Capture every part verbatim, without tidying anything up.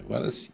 Agora sim.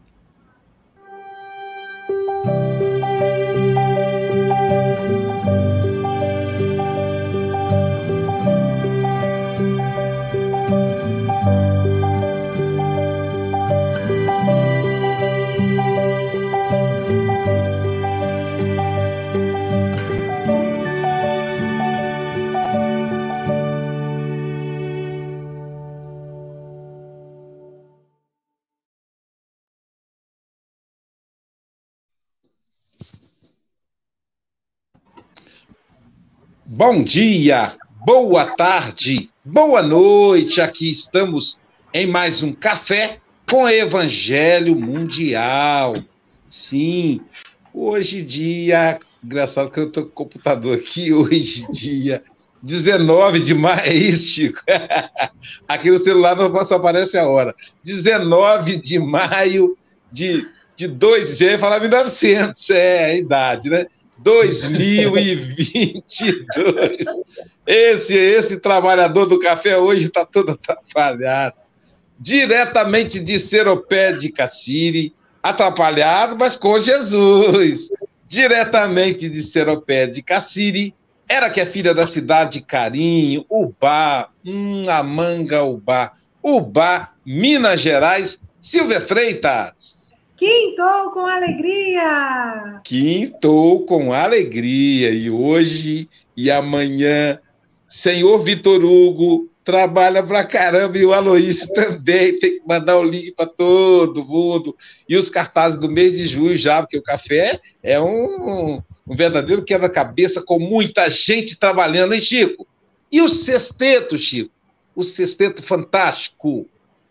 Bom dia, boa tarde, boa noite. Aqui estamos em mais um Café com Evangelho Mundial. Sim, hoje dia... Engraçado que eu estou com o computador aqui. Hoje dia dezenove de maio, é isso, Chico? Aqui no celular não só aparece a hora. dezenove de maio de, de dois... Já ia falar mil e novecentos, é a idade, né? dois mil e vinte e dois. Esse, esse trabalhador do café hoje está todo atrapalhado. Diretamente de Seropé de Cassiri, atrapalhado, mas com Jesus. Diretamente de Seropé de Cassiri, ela que é filha da cidade de Carinho, Ubá, hum, Amanga, Ubá, Ubá, Minas Gerais, Silvia Freitas. Quintou com alegria! Quintou com alegria. E hoje e amanhã, senhor Vitor Hugo trabalha pra caramba e o Aloísio também. Tem que mandar o link para todo mundo. E os cartazes do mês de julho já, porque o café é um, um verdadeiro quebra-cabeça com muita gente trabalhando, hein, Chico? E o sexteto, Chico? O sexteto fantástico.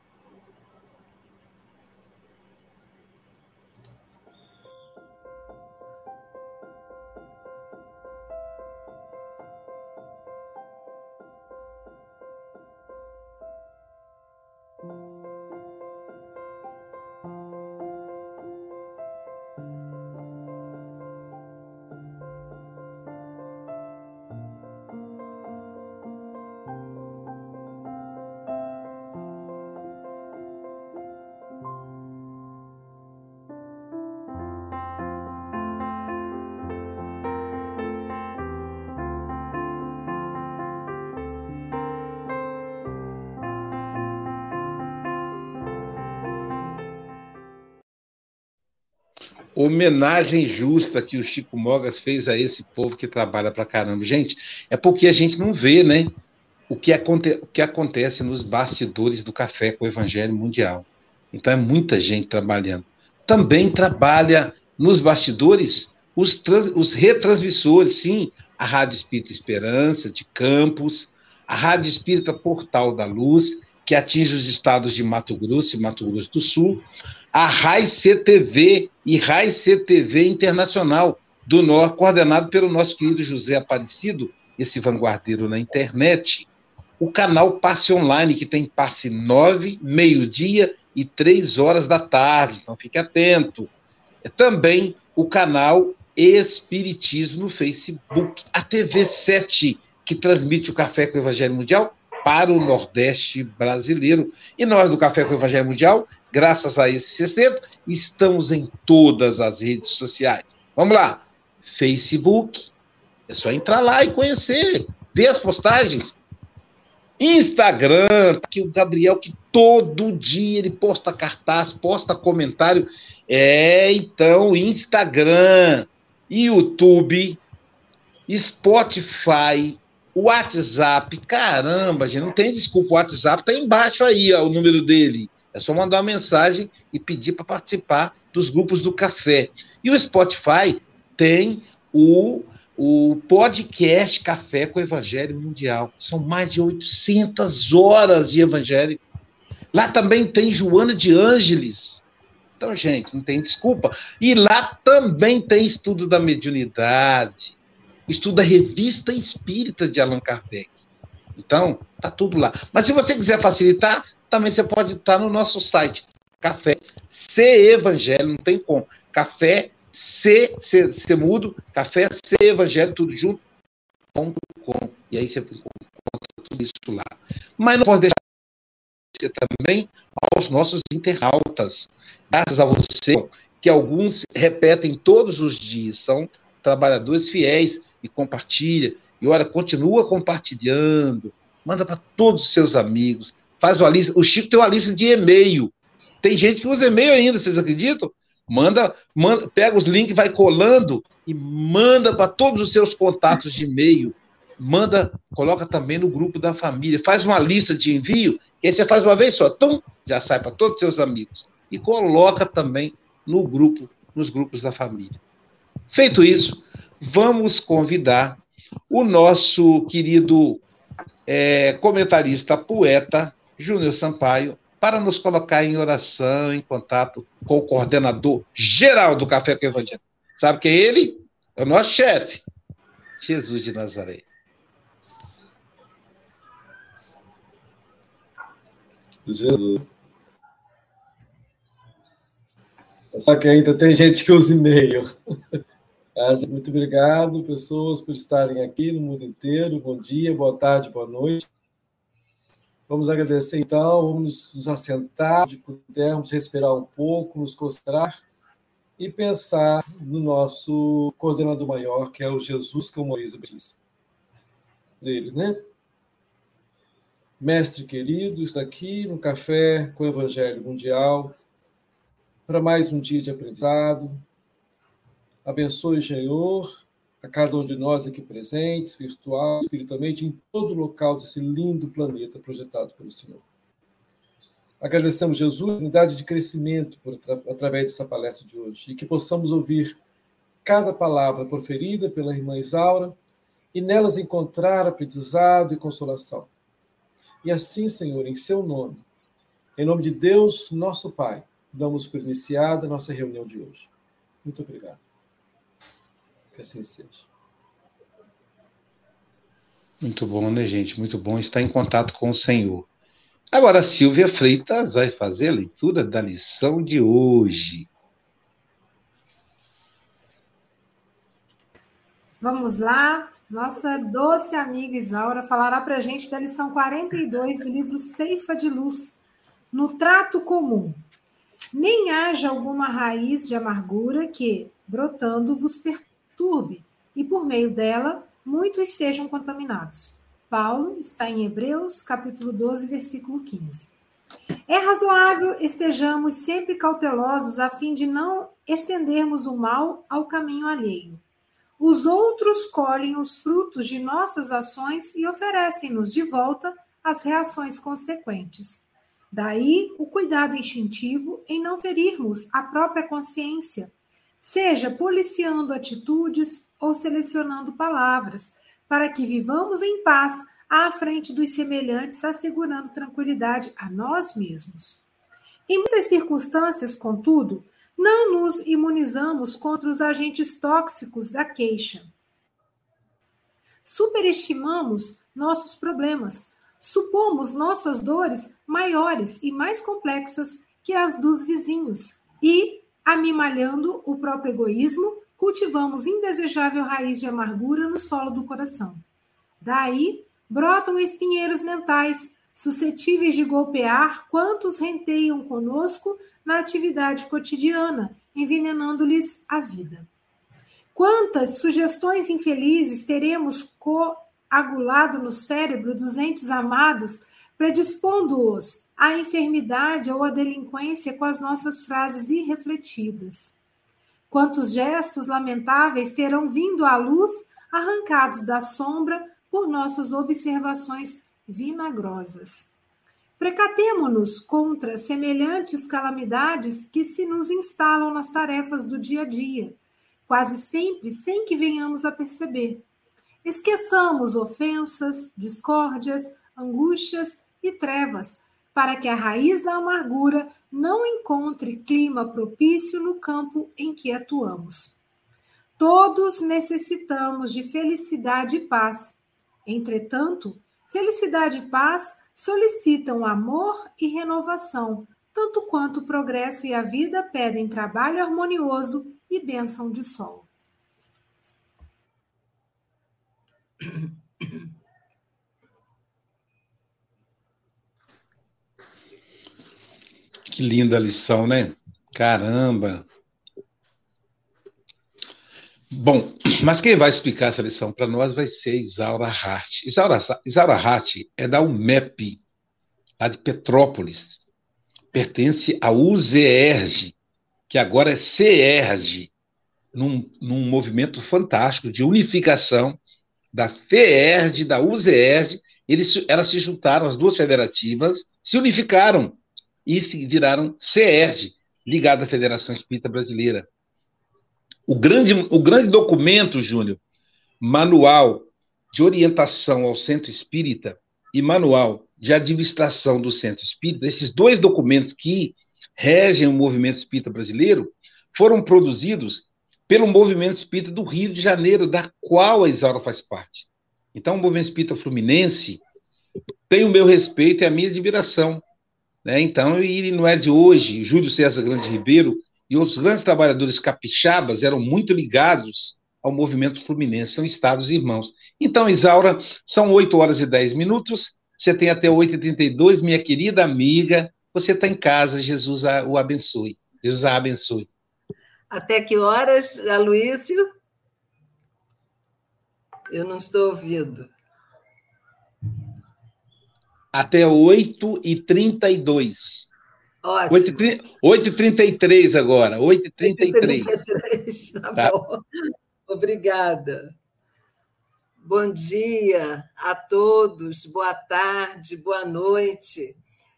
Homenagem justa que o Chico Mogas fez a esse povo que trabalha pra caramba. Gente, é porque a gente não vê, né, o que, aconte- o que acontece nos bastidores do Café com o Evangelho Mundial. Então é muita gente trabalhando. Também trabalha nos bastidores os, trans- os retransmissores, sim, a Rádio Espírita Esperança, de Campos, a Rádio Espírita Portal da Luz, que atinge os estados de Mato Grosso e Mato Grosso do Sul, a RAI-C T V e RAI-C T V Internacional do Norte, coordenado pelo nosso querido José Aparecido, esse vanguardeiro na internet, o canal Passe Online, que tem passe nove, meio-dia e três horas da tarde, então fique atento. Também o canal Espiritismo no Facebook, a T V sete, que transmite o Café com o Evangelho Mundial para o Nordeste brasileiro. E nós do Café com o Evangelho Mundial, graças a esse sexteto, estamos em todas as redes sociais. Vamos lá. Facebook, é só entrar lá e conhecer, ver as postagens. Instagram, que o Gabriel, que todo dia ele posta cartaz, posta comentário. É, então, Instagram, YouTube, Spotify, WhatsApp. Caramba, gente, não tem desculpa, o WhatsApp tá embaixo aí, ó, o número dele. É só mandar uma mensagem e pedir para participar dos grupos do café. E o Spotify tem o, o podcast Café com o Evangelho Mundial. São mais de oitocentas horas de evangelho. Lá também tem Joana de Ângeles. Então, gente, não tem desculpa. E lá também tem estudo da mediunidade, estudo da Revista Espírita de Allan Kardec. Então, tá tudo lá. Mas se você quiser facilitar, também você pode estar no nosso site, Café C Evangelho, não tem como. Café C, C, C mudo, Café C Evangelho, tudo junto, ponto com. E aí você encontra tudo isso lá. Mas não posso deixar também aos nossos internautas. Graças a você, que alguns repetem todos os dias, são trabalhadores fiéis e compartilha. E olha, continua compartilhando, manda para todos os seus amigos, faz uma lista. O Chico tem uma lista de e-mail. Tem gente que usa e-mail ainda, vocês acreditam? Manda, manda, pega os links, vai colando e manda para todos os seus contatos de e-mail. Manda, coloca também no grupo da família. Faz uma lista de envio, que aí você faz uma vez só, tum, já sai para todos os seus amigos. E coloca também no grupo, nos grupos da família. Feito isso, vamos convidar o nosso querido é, comentarista, poeta, Júnior Sampaio, para nos colocar em oração, em contato com o coordenador geral do Café com o Evangelho. Sabe quem é ele? É o nosso chefe, Jesus de Nazaré. Jesus. Só que ainda tem gente que usa e-mail. Muito obrigado, pessoas, por estarem aqui no mundo inteiro. Bom dia, boa tarde, boa noite. Vamos agradecer, então, vamos nos assentar, de pudermos respirar um pouco, nos concentrar e pensar no nosso coordenador maior, que é o Jesus, como Moisés disse. Dele, né? Mestre querido, está aqui no Café com o Evangelho Mundial para mais um dia de aprendizado. Abençoe, Senhor, a cada um de nós aqui presentes, virtual, espiritualmente, em todo local desse lindo planeta projetado pelo Senhor. Agradecemos, Jesus, a oportunidade de crescimento por, através dessa palestra de hoje, e que possamos ouvir cada palavra proferida pela irmã Isaura e nelas encontrar aprendizado e consolação. E assim, Senhor, em seu nome, em nome de Deus, nosso Pai, damos por iniciada a nossa reunião de hoje. Muito obrigado. Que assim seja. Muito bom, né, gente? Muito bom estar em contato com o Senhor. Agora, a Silvia Freitas vai fazer a leitura da lição de hoje. Vamos lá. Nossa doce amiga Isaura falará para a gente da lição quarenta e dois do livro Ceifa de Luz, no trato comum. Nem haja alguma raiz de amargura que, brotando, vos perturbe, e por meio dela, muitos sejam contaminados. Paulo está em Hebreus, capítulo doze, versículo quinze. É razoável estejamos sempre cautelosos a fim de não estendermos o mal ao caminho alheio. Os outros colhem os frutos de nossas ações e oferecem-nos de volta as reações consequentes. Daí o cuidado instintivo em não ferirmos a própria consciência, seja policiando atitudes ou selecionando palavras, para que vivamos em paz à frente dos semelhantes, assegurando tranquilidade a nós mesmos. Em muitas circunstâncias, contudo, não nos imunizamos contra os agentes tóxicos da queixa. Superestimamos nossos problemas, supomos nossas dores maiores e mais complexas que as dos vizinhos e, amimalhando o próprio egoísmo, cultivamos indesejável raiz de amargura no solo do coração. Daí brotam espinheiros mentais, suscetíveis de golpear quantos renteiam conosco na atividade cotidiana, envenenando-lhes a vida. Quantas sugestões infelizes teremos coagulado no cérebro dos entes amados, predispondo-os à enfermidade ou à delinquência com as nossas frases irrefletidas. Quantos gestos lamentáveis terão vindo à luz, arrancados da sombra por nossas observações vinagrosas. Precatemo-nos contra semelhantes calamidades que se nos instalam nas tarefas do dia a dia, quase sempre sem que venhamos a perceber. Esqueçamos ofensas, discórdias, angústias e trevas, para que a raiz da amargura não encontre clima propício no campo em que atuamos. Todos necessitamos de felicidade e paz. Entretanto, felicidade e paz solicitam amor e renovação, tanto quanto o progresso e a vida pedem trabalho harmonioso e bênção de sol. Que linda a lição, né? Caramba! Bom, mas quem vai explicar essa lição para nós vai ser Isaura Hart. Isaura, Isaura Hart é da U M E P, lá de Petrópolis. Pertence à U Z E R J, que agora é C E R J, num, num movimento fantástico de unificação da F E E R J e da U Z E R J. Eles, elas se juntaram, as duas federativas, se unificaram e viraram C E R J, ligada à Federação Espírita Brasileira. O grande, o grande documento, Júnior, manual de orientação ao Centro Espírita e manual de administração do Centro Espírita, esses dois documentos que regem o movimento espírita brasileiro, foram produzidos pelo movimento espírita do Rio de Janeiro, da qual a Isaura faz parte. Então, o movimento espírita fluminense tem o meu respeito e a minha admiração. Né? Então, ele não é de hoje. Júlio César Grande Ribeiro e outros grandes trabalhadores capixabas eram muito ligados ao movimento fluminense, são estados irmãos. Então, Isaura, são oito horas e dez minutos, você tem até oito e trinta e dois, minha querida amiga, você está em casa, Jesus a, o abençoe. Deus a abençoe. Até que horas, Aloísio? Eu não estou ouvindo. Até oito e trinta e dois. Ótimo. oito e trinta e três agora, oito e trinta e três. oito e trinta e três, tá, tá bom. Obrigada. Bom dia a todos, boa tarde, boa noite.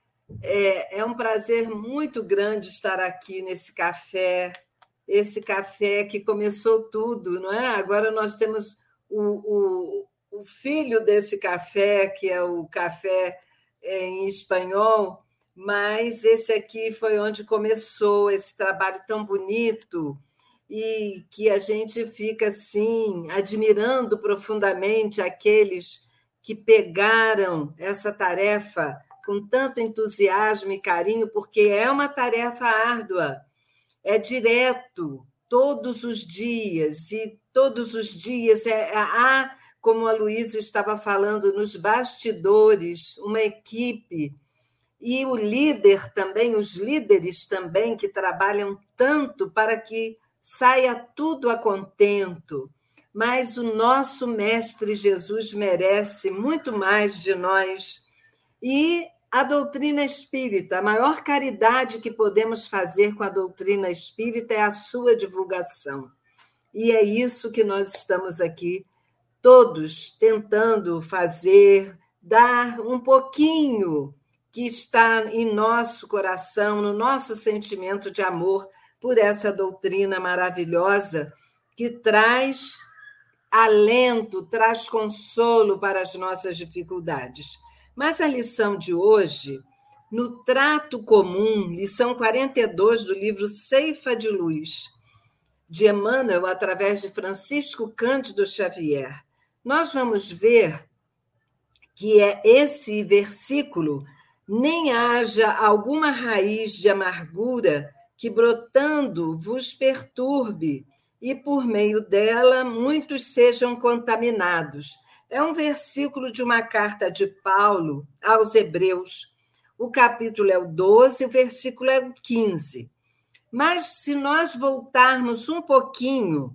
É, é um prazer muito grande estar aqui nesse café, esse café que começou tudo, não é? Agora nós temos o, o, o filho desse café, que é o café em espanhol, mas esse aqui foi onde começou esse trabalho tão bonito e que a gente fica, assim, admirando profundamente aqueles que pegaram essa tarefa com tanto entusiasmo e carinho, porque é uma tarefa árdua, é direto, todos os dias, e todos os dias é, há, como a Luísa estava falando, nos bastidores, uma equipe. E o líder também, os líderes também, que trabalham tanto para que saia tudo a contento. Mas o nosso Mestre Jesus merece muito mais de nós. E a doutrina espírita, a maior caridade que podemos fazer com a doutrina espírita é a sua divulgação. E é isso que nós estamos aqui, todos tentando fazer, dar um pouquinho que está em nosso coração, no nosso sentimento de amor por essa doutrina maravilhosa que traz alento, traz consolo para as nossas dificuldades. Mas a lição de hoje, no trato comum, lição quarenta e dois do livro Ceifa de Luz, de Emmanuel, através de Francisco Cândido Xavier, nós vamos ver que é esse versículo: nem haja alguma raiz de amargura que brotando vos perturbe, e por meio dela muitos sejam contaminados. É um versículo de uma carta de Paulo aos Hebreus. O capítulo é o doze, o versículo é o quinze. Mas se nós voltarmos um pouquinho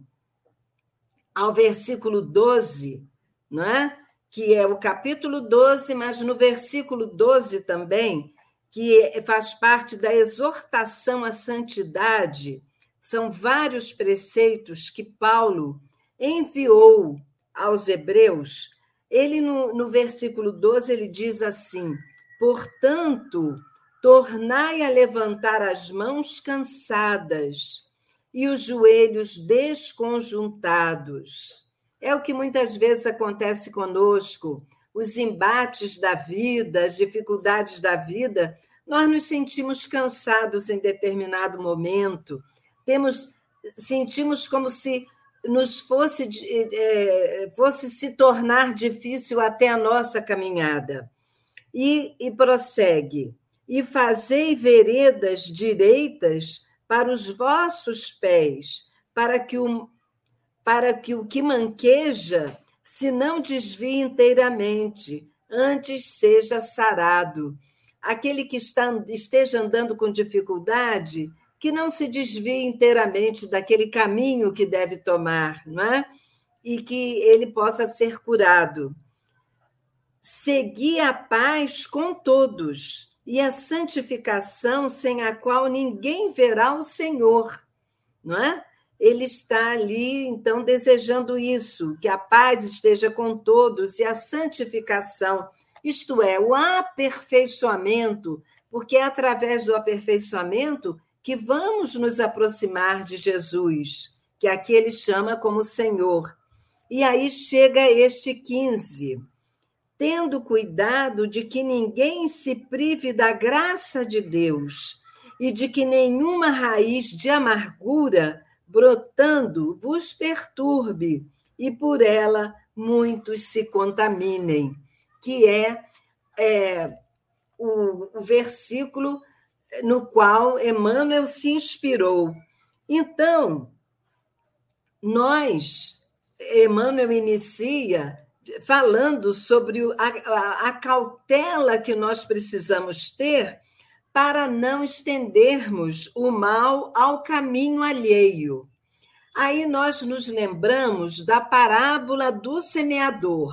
ao versículo doze, não é? Que é o capítulo doze, mas no versículo doze também, que faz parte da exortação à santidade, são vários preceitos que Paulo enviou aos Hebreus. Ele, no, no versículo doze, ele diz assim: portanto, tornai a levantar as mãos cansadas e os joelhos desconjuntados. É o que muitas vezes acontece conosco, os embates da vida, as dificuldades da vida, nós nos sentimos cansados em determinado momento, temos, sentimos como se nos fosse, é, fosse se tornar difícil até a nossa caminhada. E, e prossegue: e fazei veredas direitas para os vossos pés, para que o, para que, o que manqueja se não desvie inteiramente, antes seja sarado. aquele que está, esteja andando com dificuldade, que não se desvie inteiramente daquele caminho que deve tomar, não é? E que ele possa ser curado. Segui a paz com todos e a santificação sem a qual ninguém verá o Senhor, não é? Ele está ali, então, desejando isso, que a paz esteja com todos e a santificação, isto é, o aperfeiçoamento, porque é através do aperfeiçoamento que vamos nos aproximar de Jesus, que aqui ele chama como Senhor. E aí chega este quinze, tendo cuidado de que ninguém se prive da graça de Deus e de que nenhuma raiz de amargura brotando vos perturbe e por ela muitos se contaminem, que é, é o, o versículo no qual Emmanuel se inspirou. Então, nós, Emmanuel inicia falando sobre a, a, a cautela que nós precisamos ter para não estendermos o mal ao caminho alheio. Aí nós nos lembramos da parábola do semeador.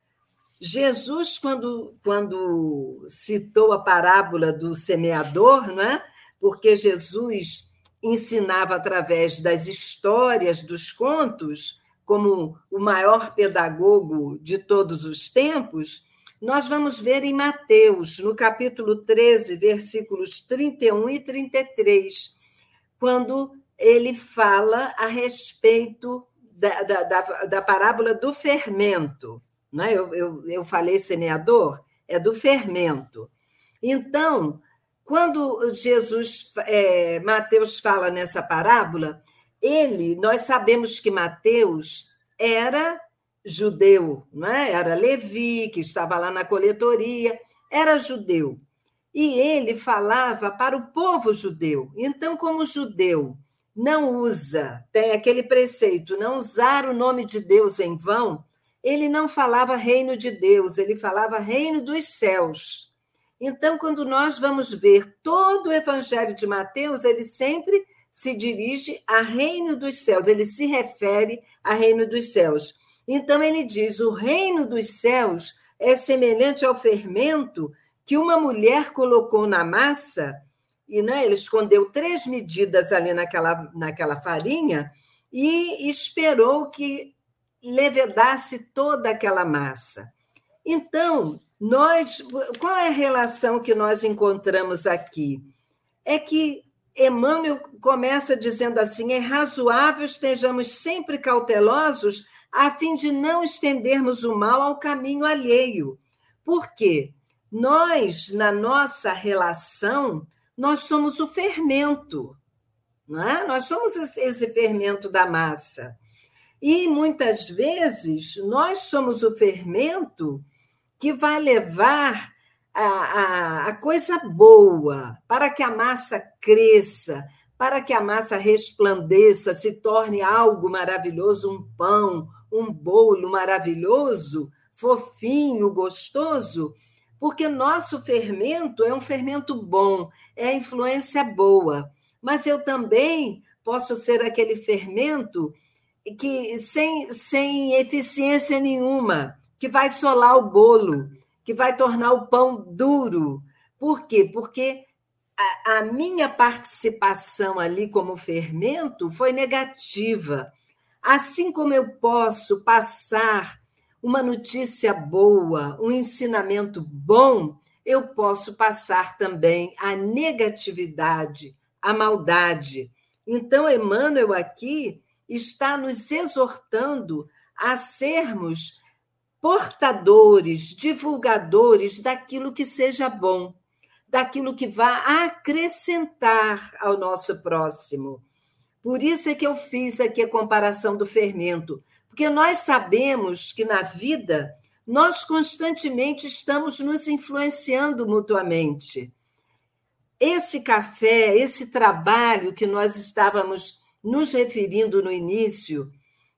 Jesus, quando, quando citou a parábola do semeador, não é? Porque Jesus ensinava através das histórias, dos contos, como o maior pedagogo de todos os tempos, nós vamos ver em Mateus, no capítulo treze, versículos trinta e um e trinta e três, quando ele fala a respeito da, da, da, da parábola do fermento. Não é? eu, eu, eu falei semeador, é do fermento. Então, quando Jesus, é, Mateus fala nessa parábola, ele, nós sabemos que Mateus era judeu, não é? Era Levi, que estava lá na coletoria, era judeu. E ele falava para o povo judeu. Então, como judeu não usa, tem aquele preceito, não usar o nome de Deus em vão, ele não falava reino de Deus, ele falava reino dos céus. Então, quando nós vamos ver todo o evangelho de Mateus, ele sempre se dirige a reino dos céus, ele se refere a reino dos céus. Então, ele diz, o reino dos céus é semelhante ao fermento que uma mulher colocou na massa, e né, ele escondeu três medidas ali naquela, naquela farinha e esperou que levedasse toda aquela massa. Então, nós, qual é a relação que nós encontramos aqui? É que Emmanuel começa dizendo assim, é razoável estejamos sempre cautelosos a fim de não estendermos o mal ao caminho alheio. Por quê? Nós, na nossa relação, nós somos o fermento, não é? Nós somos esse fermento da massa. E, muitas vezes, nós somos o fermento que vai levar a, a, a coisa boa para que a massa cresça, para que a massa resplandeça, se torne algo maravilhoso, um pão, um bolo maravilhoso, fofinho, gostoso, porque nosso fermento é um fermento bom, é a influência boa. Mas eu também posso ser aquele fermento que sem, sem eficiência nenhuma, que vai solar o bolo, que vai tornar o pão duro. Por quê? Porque a, a minha participação ali como fermento foi negativa. Assim como eu posso passar uma notícia boa, um ensinamento bom, eu posso passar também a negatividade, a maldade. Então, Emmanuel aqui está nos exortando a sermos portadores, divulgadores daquilo que seja bom, daquilo que vá acrescentar ao nosso próximo. Por isso é que eu fiz aqui a comparação do fermento, porque nós sabemos que na vida nós constantemente estamos nos influenciando mutuamente. Esse café, esse trabalho que nós estávamos nos referindo no início,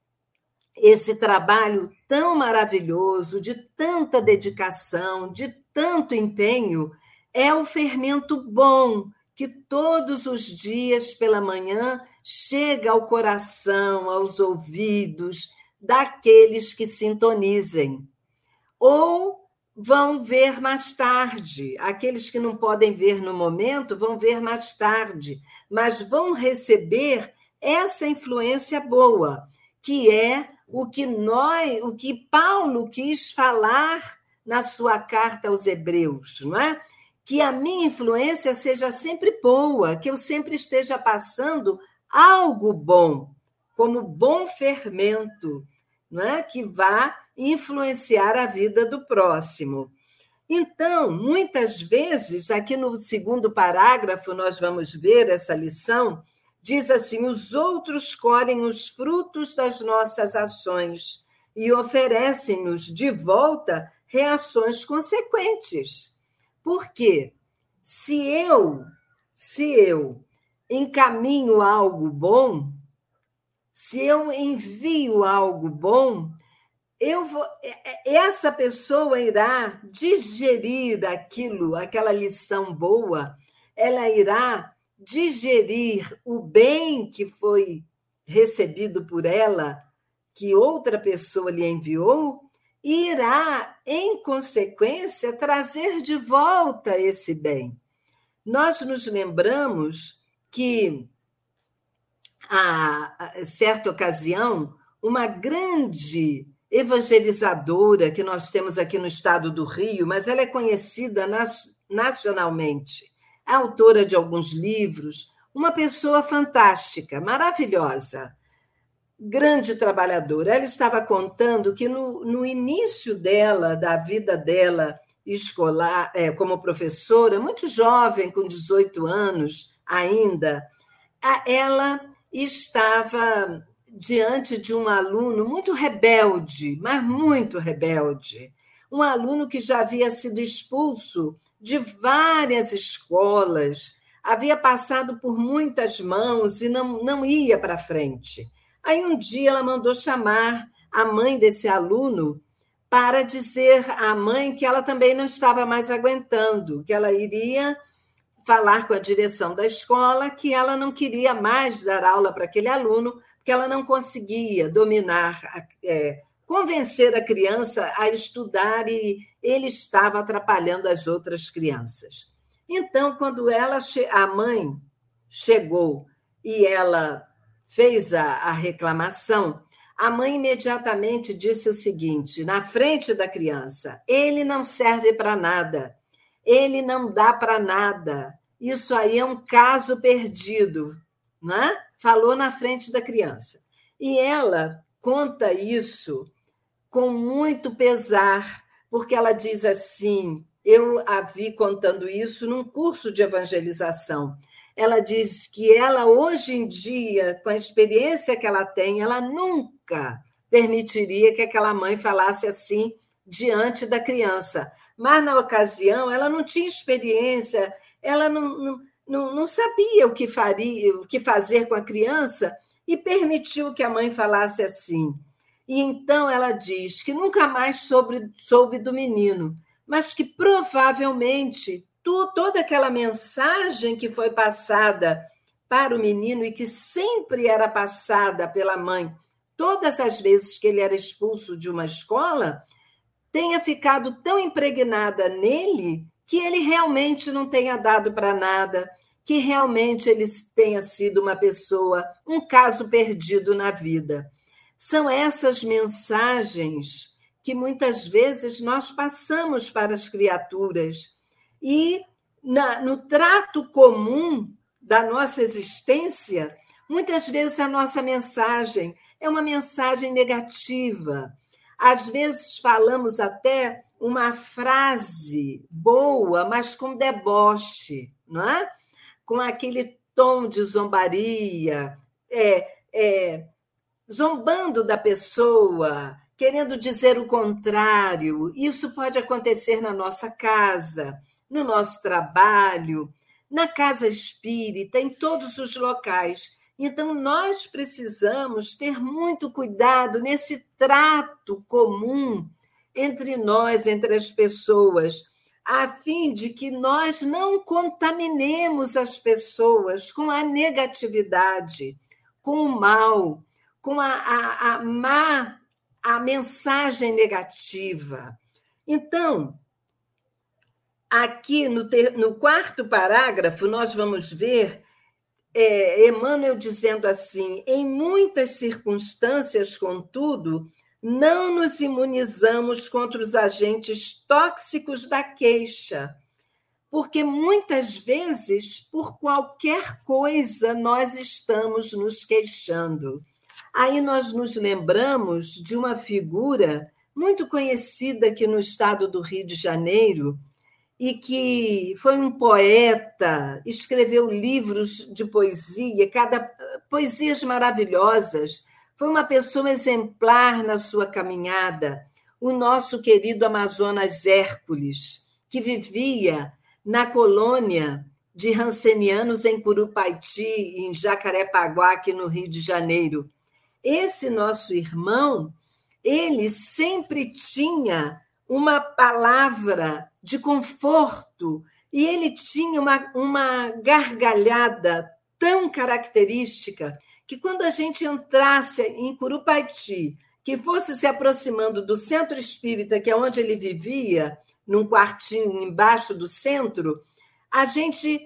esse trabalho tão maravilhoso, de tanta dedicação, de tanto empenho, é o fermento bom que todos os dias pela manhã chega ao coração, aos ouvidos daqueles que sintonizem. Ou vão ver mais tarde. Aqueles que não podem ver no momento vão ver mais tarde, mas vão receber essa influência boa, que é o que nós, o que Paulo quis falar na sua carta aos Hebreus, não é? Que a minha influência seja sempre boa, que eu sempre esteja passando algo bom, como bom fermento, não é? Que vá influenciar a vida do próximo. Então, muitas vezes, aqui no segundo parágrafo, nós vamos ver essa lição, diz assim: os outros colhem os frutos das nossas ações e oferecem-nos de volta reações consequentes. Por quê? Se eu, se eu encaminho algo bom, se eu envio algo bom, eu vou, essa pessoa irá digerir aquilo, aquela lição boa, ela irá digerir o bem que foi recebido por ela, que outra pessoa lhe enviou, e irá, em consequência, trazer de volta esse bem. Nós nos lembramos que, a certa ocasião, uma grande evangelizadora que nós temos aqui no estado do Rio, mas ela é conhecida nacionalmente, é autora de alguns livros, uma pessoa fantástica, maravilhosa, grande trabalhadora. Ela estava contando que no, no início dela, da vida dela escolar, é, como professora, muito jovem, com dezoito anos ainda, ela estava diante de um aluno muito rebelde, mas muito rebelde. Um aluno que já havia sido expulso de várias escolas, havia passado por muitas mãos e não, não ia para frente. Aí um dia ela mandou chamar a mãe desse aluno para dizer à mãe que ela também não estava mais aguentando, que ela iria falar com a direção da escola, que ela não queria mais dar aula para aquele aluno, porque ela não conseguia dominar, é, convencer a criança a estudar e ele estava atrapalhando as outras crianças. Então, quando ela, a mãe chegou e ela fez a, a reclamação, a mãe imediatamente disse o seguinte, na frente da criança: ele não serve para nada, ele não dá para nada, isso aí é um caso perdido, não é? Falou na frente da criança. E ela conta isso com muito pesar, porque ela diz assim, eu a vi contando isso num curso de evangelização. Ela diz que ela, hoje em dia, com a experiência que ela tem, ela nunca permitiria que aquela mãe falasse assim diante da criança. Mas, na ocasião, ela não tinha experiência, ela não, não, não, não sabia o que faria, o que fazer com a criança e permitiu que a mãe falasse assim. E então ela diz que nunca mais soube, soube do menino, mas que provavelmente tu, toda aquela mensagem que foi passada para o menino e que sempre era passada pela mãe, todas as vezes que ele era expulso de uma escola, tenha ficado tão impregnada nele que ele realmente não tenha dado para nada, que realmente ele tenha sido uma pessoa, um caso perdido na vida. São essas mensagens que muitas vezes nós passamos para as criaturas e na, no trato comum da nossa existência, muitas vezes a nossa mensagem é uma mensagem negativa. Às vezes falamos até uma frase boa, mas com deboche, não é? Com aquele tom de zombaria, é, é, zombando da pessoa, querendo dizer o contrário. Isso pode acontecer na nossa casa, no nosso trabalho, na casa espírita, em todos os locais. Então, nós precisamos ter muito cuidado nesse trato comum entre nós, entre as pessoas. a fim de que nós não contaminemos as pessoas com a negatividade, com o mal, com a, a, a má, a mensagem negativa. Então, aqui no, ter, no quarto parágrafo, nós vamos ver é, Emmanuel dizendo assim: em muitas circunstâncias, contudo, não nos imunizamos contra os agentes tóxicos da queixa, porque muitas vezes, por qualquer coisa, nós estamos nos queixando. Aí nós nos lembramos de uma figura muito conhecida aqui no estado do Rio de Janeiro, e que foi um poeta, escreveu livros de poesia, cada poesias maravilhosas. Foi uma pessoa exemplar na sua caminhada, o nosso querido Amazonas Hércules, que vivia na colônia de Rancenianos em Curupaiti, em Jacarepaguá, aqui no Rio de Janeiro. Esse nosso irmão, ele sempre tinha uma palavra de conforto e ele tinha uma, uma gargalhada tão característica que quando a gente entrasse em Curupaiti, que fosse se aproximando do centro espírita, que é onde ele vivia, num quartinho embaixo do centro, a gente,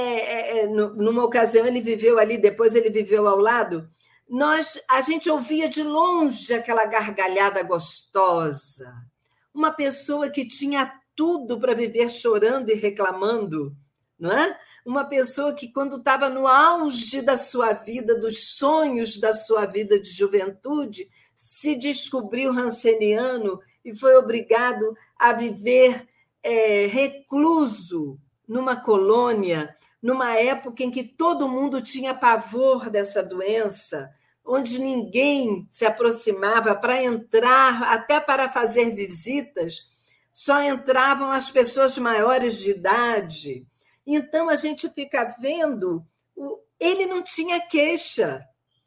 é, é, numa ocasião ele viveu ali, depois ele viveu ao lado, nós, a gente ouvia de longe aquela gargalhada gostosa, uma pessoa que tinha tudo para viver chorando e reclamando, não é? Uma pessoa que, quando estava no auge da sua vida, dos sonhos da sua vida de juventude, se descobriu ranceniano e foi obrigado a viver é, recluso numa colônia, numa época em que todo mundo tinha pavor dessa doença, onde ninguém se aproximava para entrar, até para fazer visitas, só entravam as pessoas maiores de idade. Então, a gente fica vendo, ele não tinha queixa,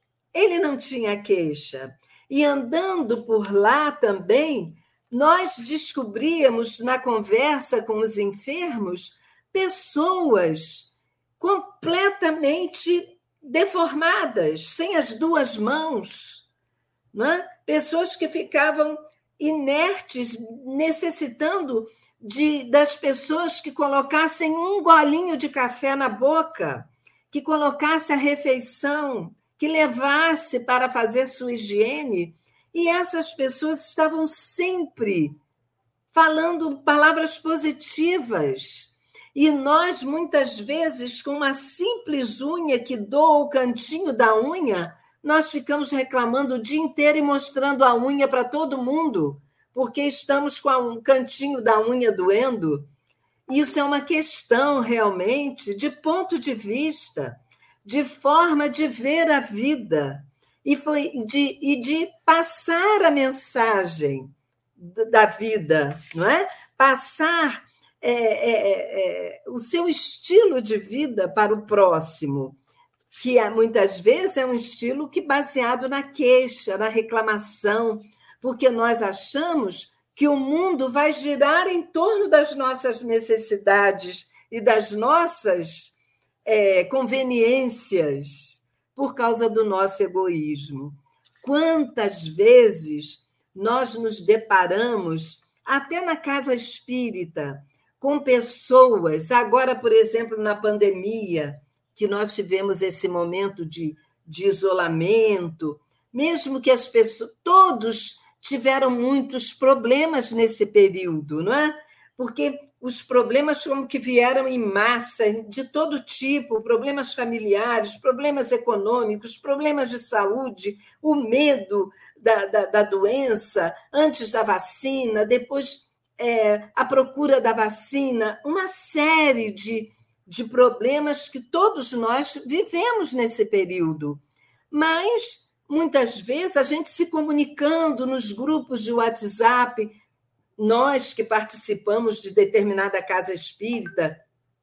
ele não tinha queixa. E andando por lá também, nós descobríamos na conversa com os enfermos pessoas completamente deformadas, sem as duas mãos, não é? Pessoas que ficavam inertes, necessitando de, das pessoas que colocassem um golinho de café na boca, que colocasse a refeição, que levasse para fazer sua higiene, e essas pessoas estavam sempre falando palavras positivas. E nós, muitas vezes, com uma simples unha que doa o cantinho da unha, nós ficamos reclamando o dia inteiro e mostrando a unha para todo mundo, porque estamos com um cantinho da unha doendo. Isso é uma questão, realmente, de ponto de vista, de forma de ver a vida e, foi de, e de passar a mensagem da vida, não é? Passar é, é, é, o seu estilo de vida para o próximo, que muitas vezes é um estilo que baseado na queixa, na reclamação, porque nós achamos que o mundo vai girar em torno das nossas necessidades e das nossas é, conveniências por causa do nosso egoísmo. Quantas vezes nós nos deparamos, até na casa espírita, com pessoas, agora, por exemplo, na pandemia, que nós tivemos esse momento de, de isolamento, mesmo que as pessoas, todos tiveram muitos problemas nesse período, não é? Porque os problemas como que vieram em massa, de todo tipo, problemas familiares, problemas econômicos, problemas de saúde, o medo da, da, da doença, antes da vacina, depois é, a procura da vacina, uma série de, de problemas que todos nós vivemos nesse período. Mas, muitas vezes, a gente se comunicando nos grupos de WhatsApp, nós que participamos de determinada casa espírita,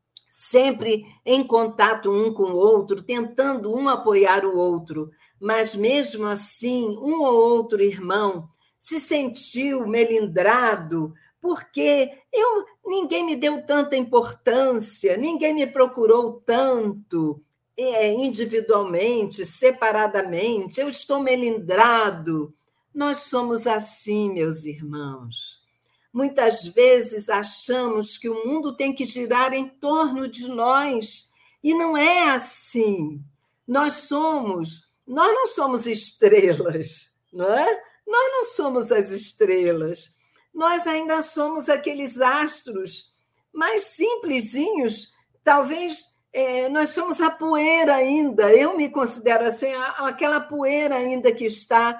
sempre em contato um com o outro, tentando um apoiar o outro, mas mesmo assim, um ou outro irmão se sentiu melindrado porque eu, ninguém me deu tanta importância, ninguém me procurou tanto, é, individualmente, separadamente, eu estou melindrado. Nós somos assim, meus irmãos. Muitas vezes achamos que o mundo tem que girar em torno de nós, e não é assim. Nós somos, nós não somos estrelas, não é? Nós não somos as estrelas. Nós ainda somos aqueles astros mais simplesinhos, talvez é, nós somos a poeira ainda, eu me considero assim, aquela poeira ainda que está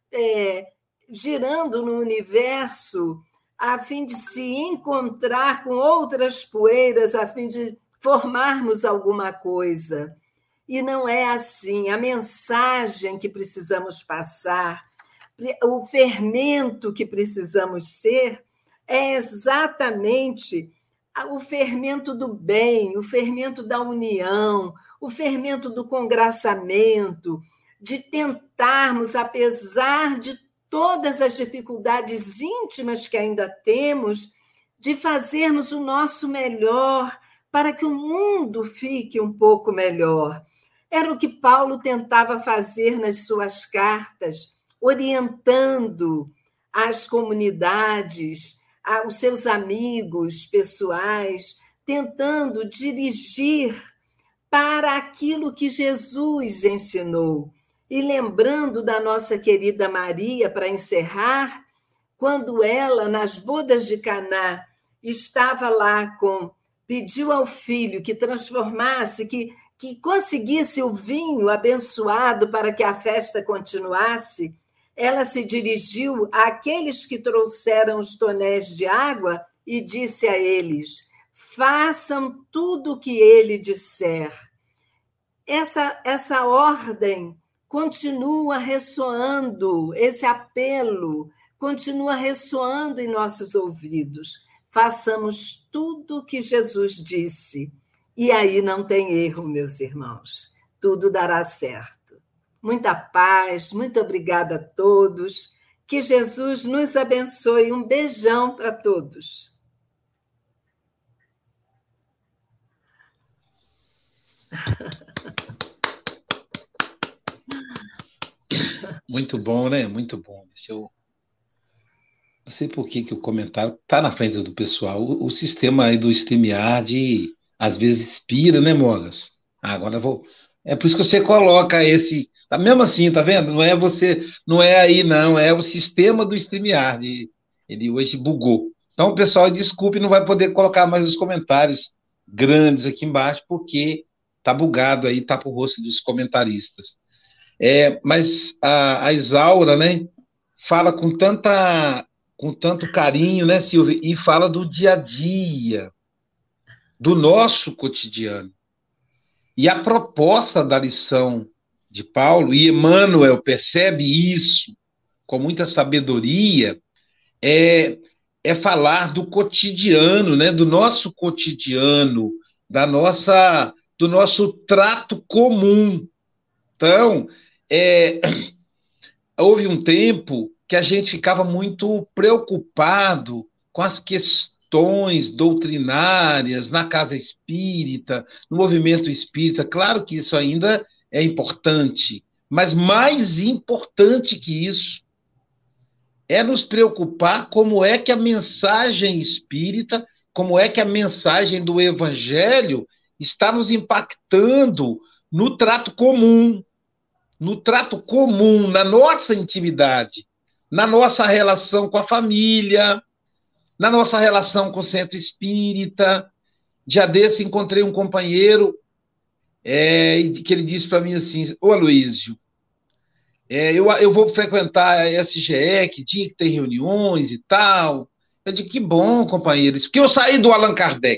é, girando no universo, a fim de se encontrar com outras poeiras, a fim de formarmos alguma coisa. E não é assim. A mensagem que precisamos passar, o fermento que precisamos ser, é exatamente o fermento do bem, o fermento da união, o fermento do congraçamento, de tentarmos, apesar de todas as dificuldades íntimas que ainda temos, de fazermos o nosso melhor para que o mundo fique um pouco melhor. Era o que Paulo tentava fazer nas suas cartas, orientando as comunidades, os seus amigos pessoais, tentando dirigir para aquilo que Jesus ensinou. E lembrando da nossa querida Maria, para encerrar, quando ela, nas bodas de Caná, estava lá com... pediu ao filho que transformasse, que, que conseguisse o vinho abençoado para que a festa continuasse, ela se dirigiu àqueles que trouxeram os tonéis de água e disse a eles: façam tudo o que ele disser. Essa, essa ordem continua ressoando, esse apelo continua ressoando em nossos ouvidos. Façamos tudo o que Jesus disse. E aí não tem erro, meus irmãos. Tudo dará certo. Muita paz, muito obrigada a todos. Que Jesus nos abençoe. Um beijão para todos. Muito bom, né? Muito bom. Deixa eu... Não sei por que, que o comentário está na frente do pessoal. O, o sistema aí do StreamYard às vezes expira, né, Mogas? Ah, agora eu vou... É por isso que você coloca esse... Tá mesmo assim, tá vendo? Não é você... Não é aí, não. É o sistema do StreamYard. Ele hoje bugou. Então, pessoal, desculpe, não vai poder colocar mais os comentários grandes aqui embaixo, porque tá bugado aí, tá pro rosto dos comentaristas. É, mas a, a Isaura, né, fala com tanta... com tanto carinho, né, Silvia? E fala do dia a dia, do nosso cotidiano. E a proposta da lição de Paulo, e Emmanuel percebe isso com muita sabedoria, é, é falar do cotidiano, né, do nosso cotidiano, da nossa, do nosso trato comum. Então, é, houve um tempo que a gente ficava muito preocupado com as questões doutrinárias na casa espírita, no movimento espírita. Claro que isso ainda é importante, mas mais importante que isso é nos preocupar como é que a mensagem espírita, como é que a mensagem do Evangelho está nos impactando no trato comum, no trato comum, na nossa intimidade, na nossa relação com a família, na nossa relação com o centro espírita. Dia desse encontrei um companheiro é, que ele disse para mim assim: ô Aloísio, é, eu, eu vou frequentar a S G E, que dia que tem reuniões e tal. Eu digo: que bom, companheiro, porque eu saí do Allan Kardec.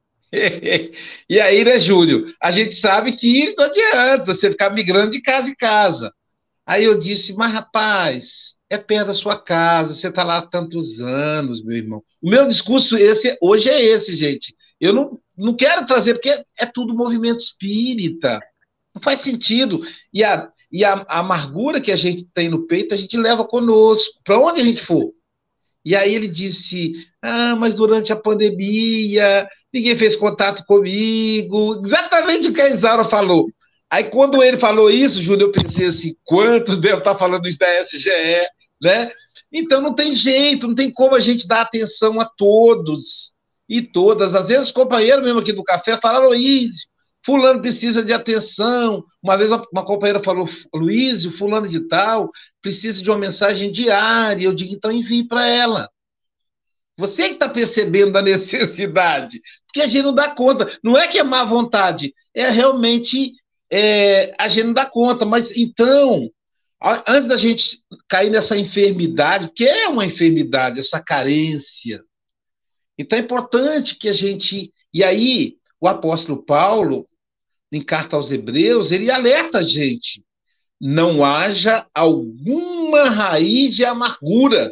E aí, né, Júlio, a gente sabe que não adianta você ficar migrando de casa em casa. Aí eu disse: mas rapaz, é perto da sua casa, você está lá há tantos anos, meu irmão. O meu discurso esse, hoje é esse, gente. Eu não, não quero trazer, porque é, é tudo movimento espírita. Não faz sentido. E, a, e a, a amargura que a gente tem no peito, a gente leva conosco, para onde a gente for. E aí ele disse, ah, mas durante a pandemia, ninguém fez contato comigo. Exatamente o que a Isaura falou. Aí quando ele falou isso, Júlio, eu pensei assim, quantos devem estar falando isso da S G E, né? Então não tem jeito, não tem como a gente dar atenção a todos e todas. Às vezes os companheiros mesmo aqui do café falaram, Luiz, fulano precisa de atenção. Uma vez uma companheira falou, Luiz, o fulano de tal precisa de uma mensagem diária. Eu digo, então envie para ela. Você que está percebendo a necessidade, porque a gente não dá conta. Não é que é má vontade, é realmente é, a gente não dá conta. Mas então, antes da gente cair nessa enfermidade, porque é uma enfermidade, essa carência, então é importante que a gente. E aí, o apóstolo Paulo, em carta aos Hebreus, ele alerta a gente: não haja alguma raiz de amargura.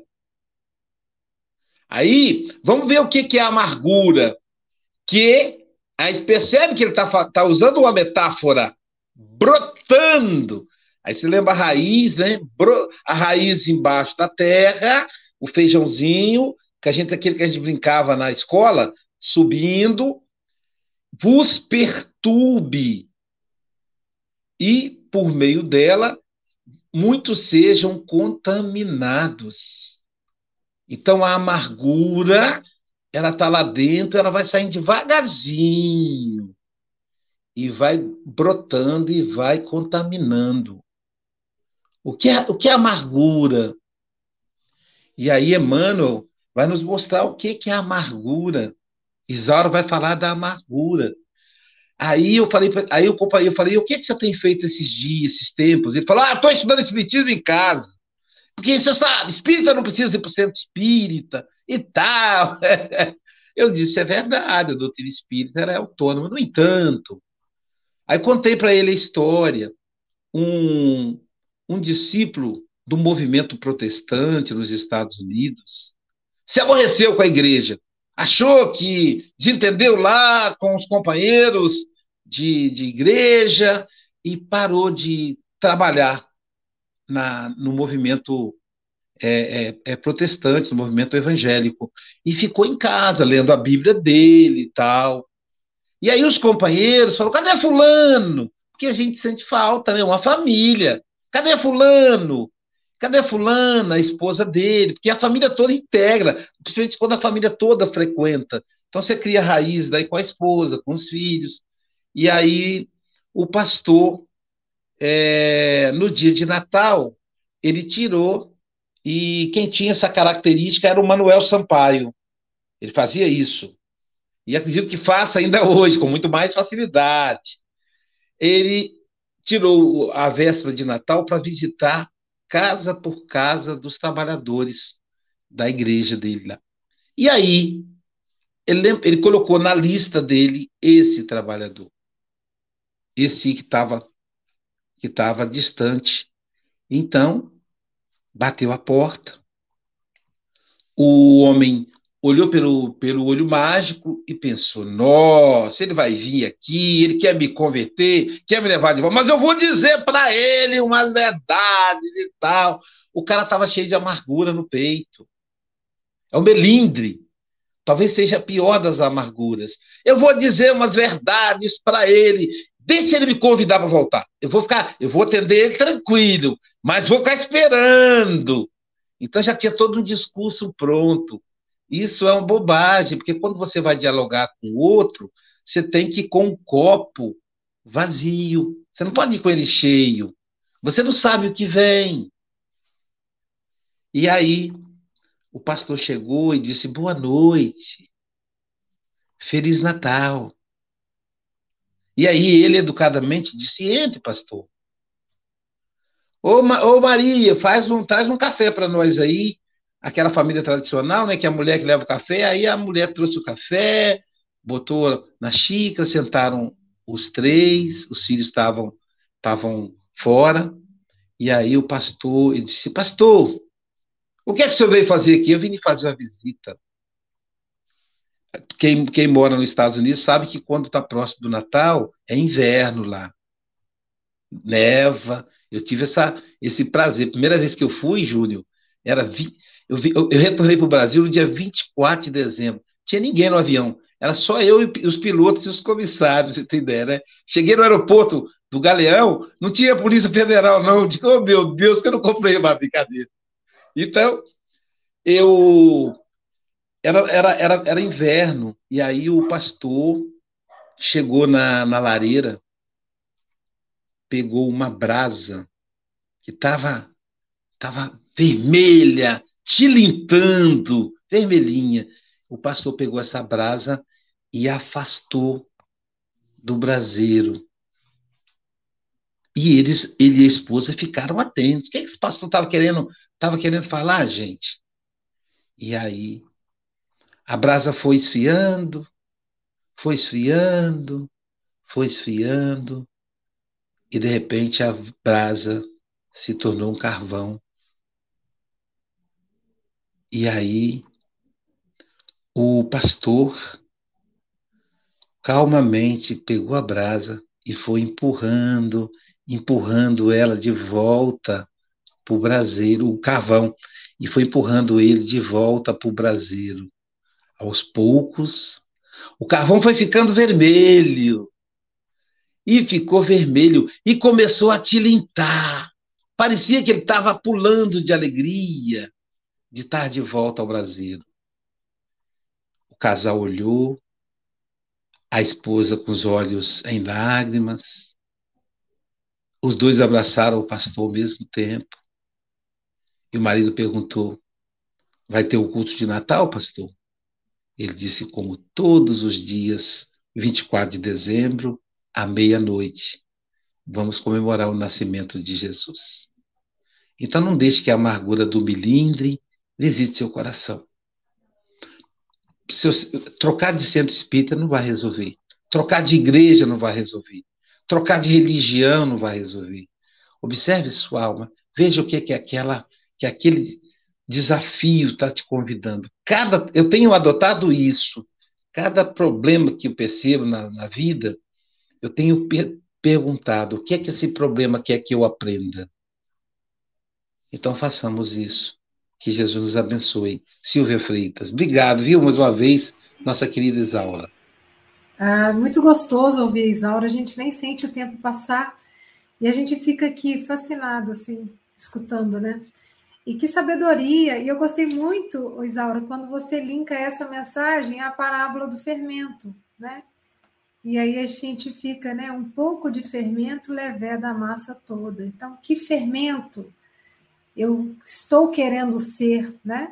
Aí, vamos ver o que é amargura. Que a gente percebe que ele está tá usando uma metáfora, brotando. Aí você lembra a raiz, né? A raiz embaixo da terra, o feijãozinho, que a gente, aquele que a gente brincava na escola, subindo, vos perturbe. E, por meio dela, muitos sejam contaminados. Então, a amargura, ela está lá dentro, ela vai saindo devagarzinho e vai brotando e vai contaminando. O que é, o que é amargura? E aí, Emmanuel vai nos mostrar o que é amargura. Isauro vai falar da amargura. Aí eu falei, aí eu, eu falei, o que, que você tem feito esses dias, esses tempos? Ele falou, ah, estou estudando espiritismo em casa. Porque você sabe, espírita não precisa ir para o centro espírita e tal. Eu disse, é verdade, a doutrina espírita ela é autônoma. No entanto, aí contei para ele a história. Um, um discípulo do movimento protestante nos Estados Unidos se aborreceu com a igreja. Achou que desentendeu lá com os companheiros de, de igreja e parou de trabalhar na, no movimento é, é, é protestante, no movimento evangélico. E ficou em casa, lendo a Bíblia dele e tal. E aí os companheiros falaram, cadê fulano? Porque a gente sente falta, né? Uma família. Cadê fulano? Cadê fulana, a esposa dele? Porque a família toda integra, principalmente quando a família toda frequenta. Então você cria raiz daí com a esposa, com os filhos. E aí o pastor, é, no dia de Natal, ele tirou, e quem tinha essa característica era o Manuel Sampaio. Ele fazia isso. E acredito que faça ainda hoje, com muito mais facilidade. Ele tirou a véspera de Natal para visitar casa por casa dos trabalhadores da igreja dele lá. E aí, ele, ele colocou na lista dele esse trabalhador, esse que estava que estava distante. Então, bateu a porta. O homem olhou pelo, pelo olho mágico e pensou, nossa, ele vai vir aqui, ele quer me converter, quer me levar de volta, mas eu vou dizer para ele umas verdades e tal. O cara estava cheio de amargura no peito. É um melindre. Talvez seja a pior das amarguras. Eu vou dizer umas verdades para ele. Deixa ele me convidar para voltar. Eu vou ficar, eu vou atender ele tranquilo, mas vou ficar esperando. Então já tinha todo um discurso pronto. Isso é uma bobagem, porque quando você vai dialogar com o outro, você tem que ir com um copo vazio. Você não pode ir com ele cheio. Você não sabe o que vem. E aí, o pastor chegou e disse, boa noite, Feliz Natal. E aí ele, educadamente, disse, entre, pastor. Ô, ô Maria, faz um, traz um café para nós aí. Aquela família tradicional, né, que é a mulher que leva o café, aí a mulher trouxe o café, botou na xícara, sentaram os três, os filhos estavam estavam fora, e aí o pastor, ele disse, pastor, o que é que o senhor veio fazer aqui? Eu vim fazer uma visita. Quem, quem mora nos Estados Unidos sabe que quando está próximo do Natal, é inverno lá. Neva. Eu tive essa, esse prazer. Primeira vez que eu fui, Júnior, Era vi, eu, vi, eu, eu retornei para o Brasil no dia vinte e quatro de dezembro. Tinha ninguém no avião. Era só eu e os pilotos e os comissários, você tem ideia, né? Cheguei no aeroporto do Galeão, não tinha Polícia Federal, não. Eu digo, oh, meu Deus, que eu não comprei uma brincadeira. Então, eu... Era, era, era, era inverno, e aí o pastor chegou na, na lareira, pegou uma brasa que estava tava vermelha, tilintando, vermelhinha. O pastor pegou essa brasa e afastou do braseiro. E eles, ele e a esposa ficaram atentos. O que esse pastor estava querendo, tava querendo falar, gente? E aí a brasa foi esfriando, foi esfriando, foi esfriando, e de repente a brasa se tornou um carvão. E aí o pastor calmamente pegou a brasa e foi empurrando, empurrando ela de volta para o braseiro, o carvão, e foi empurrando ele de volta para o braseiro. Aos poucos, o carvão foi ficando vermelho, e ficou vermelho, e começou a tilintar. Parecia que ele estava pulando de alegria de estar de volta ao braseiro. O casal olhou, a esposa com os olhos em lágrimas, os dois abraçaram o pastor ao mesmo tempo, e o marido perguntou, vai ter o culto de Natal, pastor? Ele disse, como todos os dias, vinte e quatro de dezembro, à meia-noite, vamos comemorar o nascimento de Jesus. Então não deixe que a amargura do milindre visite seu coração. Se eu, trocar de centro espírita não vai resolver. Trocar de igreja não vai resolver. Trocar de religião não vai resolver. Observe sua alma. Veja o que é aquela, que aquele desafio está te convidando. Cada, eu tenho adotado isso. Cada problema que eu percebo na, na vida, eu tenho per, perguntado, o que é que esse problema quer que eu aprenda? Então façamos isso. Que Jesus nos abençoe. Silvia Freitas. Obrigado, viu, mais uma vez, nossa querida Isaura. Ah, muito gostoso ouvir a Isaura. A gente nem sente o tempo passar e a gente fica aqui fascinado, assim, escutando, né? E que sabedoria! E eu gostei muito, Isaura, quando você linka essa mensagem à parábola do fermento, né? E aí a gente fica, né? Um pouco de fermento leveda a massa toda. Então, que fermento eu estou querendo ser, né?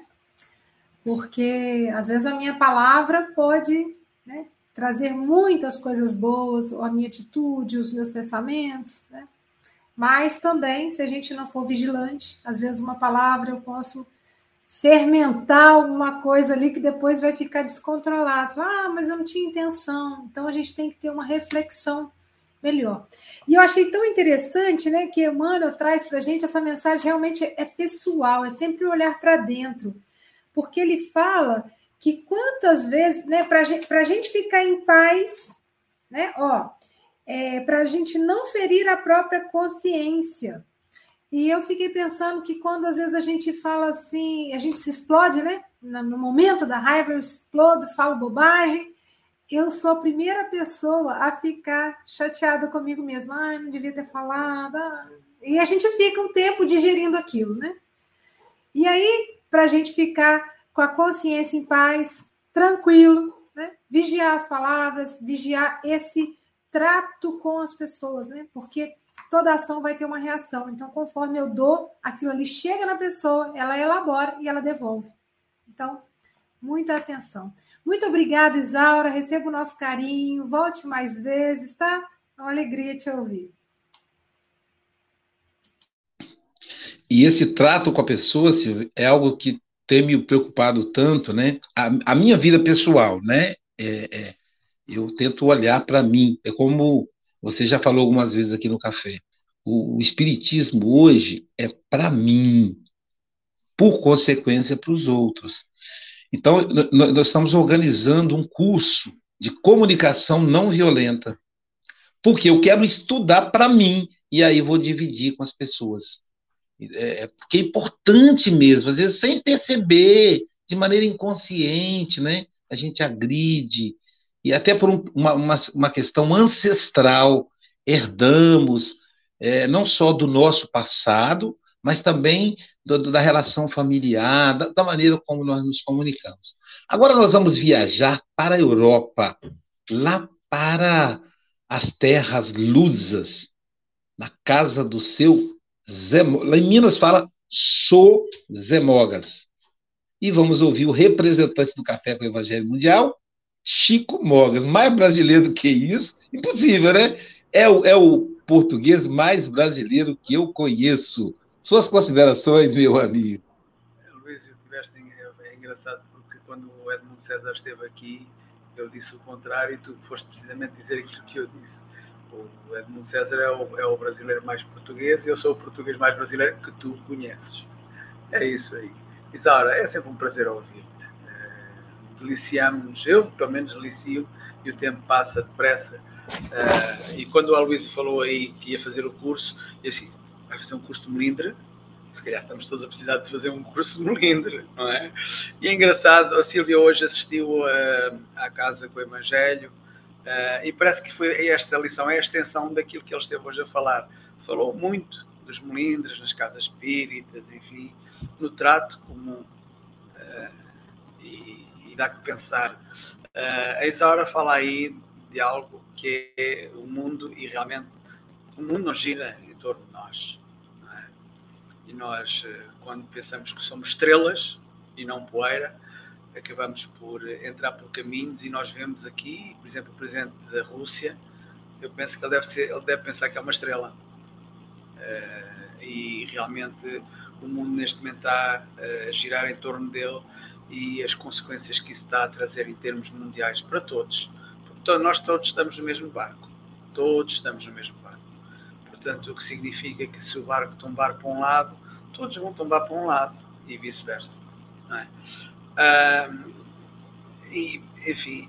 Porque às vezes a minha palavra pode, né, trazer muitas coisas boas, ou a minha atitude, os meus pensamentos, né? Mas também, se a gente não for vigilante, às vezes uma palavra eu posso fermentar alguma coisa ali que depois vai ficar descontrolado. Ah, mas eu não tinha intenção. Então a gente tem que ter uma reflexão melhor. E eu achei tão interessante, né, que Emmanuel traz para a gente essa mensagem realmente é pessoal, é sempre olhar para dentro, porque ele fala que quantas vezes, né, para a gente ficar em paz, né, ó, é, para a gente não ferir a própria consciência. E eu fiquei pensando que quando às vezes a gente fala assim, a gente se explode, né, no momento da raiva eu explodo, falo bobagem, eu sou a primeira pessoa a ficar chateada comigo mesma. Ai, não devia ter falado. Ah. E a gente fica um tempo digerindo aquilo, né? E aí, para a gente ficar com a consciência em paz, tranquilo, né? Vigiar as palavras, vigiar esse trato com as pessoas, né? Porque toda ação vai ter uma reação. Então, conforme eu dou, aquilo ali chega na pessoa, ela elabora e ela devolve. Então, muita atenção. Muito obrigada, Isaura. Receba o nosso carinho. Volte mais vezes, tá? É uma alegria te ouvir. E esse trato com a pessoa, Silvia, é algo que tem me preocupado tanto, né? A, a minha vida pessoal, né? É, é, eu tento olhar para mim. É como você já falou algumas vezes aqui no café. O, o espiritismo hoje é para mim, por consequência para os outros. Então, nós estamos organizando um curso de comunicação não violenta, porque eu quero estudar para mim, e aí vou dividir com as pessoas. É, porque é importante mesmo, às vezes sem perceber, de maneira inconsciente, né? A gente agride, e até por um- uma, uma, uma questão ancestral, herdamos, é, não só do nosso passado, mas também do- do- da relação familiar, da, da maneira como nós nos comunicamos. Agora nós vamos viajar para a Europa, lá para as terras lusas, na casa do seu Zé, Mo- lá em Minas fala sou Zé Mogas. E vamos ouvir o representante do Café com o Evangelho Mundial, Chico Mogas. Mais brasileiro do que isso? Impossível, né? É o, é o português mais brasileiro que eu conheço. Suas considerações, meu amigo. Luís, tiveste, é engraçado porque quando o Edmundo César esteve aqui, eu disse o contrário e tu foste precisamente dizer aquilo que eu disse. O Edmundo César é o, é o brasileiro mais português e eu sou o português mais brasileiro que tu conheces. É isso aí. Isaura, é sempre um prazer ouvir-te. Uh, deliciamos-nos, eu pelo menos delicio, e o tempo passa depressa. Uh, e quando o Aloysio falou aí que ia fazer o curso, eu disse, vai fazer um curso de melindre? Se calhar estamos todos a precisar de fazer um curso de melindre, não é? E é engraçado, a Sílvia hoje assistiu uh, à Casa com o Evangelho, uh, e parece que foi esta lição, é a extensão daquilo que ele esteve hoje a falar. Falou muito dos melindres, nas casas espíritas, enfim, no trato comum. Uh, e, e dá que pensar. Uh, a Isaura fala aí de algo que é o mundo, e realmente o mundo não gira em torno de nós. E nós, quando pensamos que somos estrelas e não poeira, acabamos por entrar por caminhos e nós vemos aqui, por exemplo, o presidente da Rússia, eu penso que ele deve, ser, ele deve pensar que é uma estrela. Uh, e realmente o mundo neste momento está a girar em torno dele e as consequências que isso está a trazer em termos mundiais para todos. Porque nós todos estamos no mesmo barco. Todos estamos no mesmo barco. Portanto, o que significa que se o barco tombar para um lado, todos vão tombar para um lado e vice-versa. Não é? Ah, e, enfim,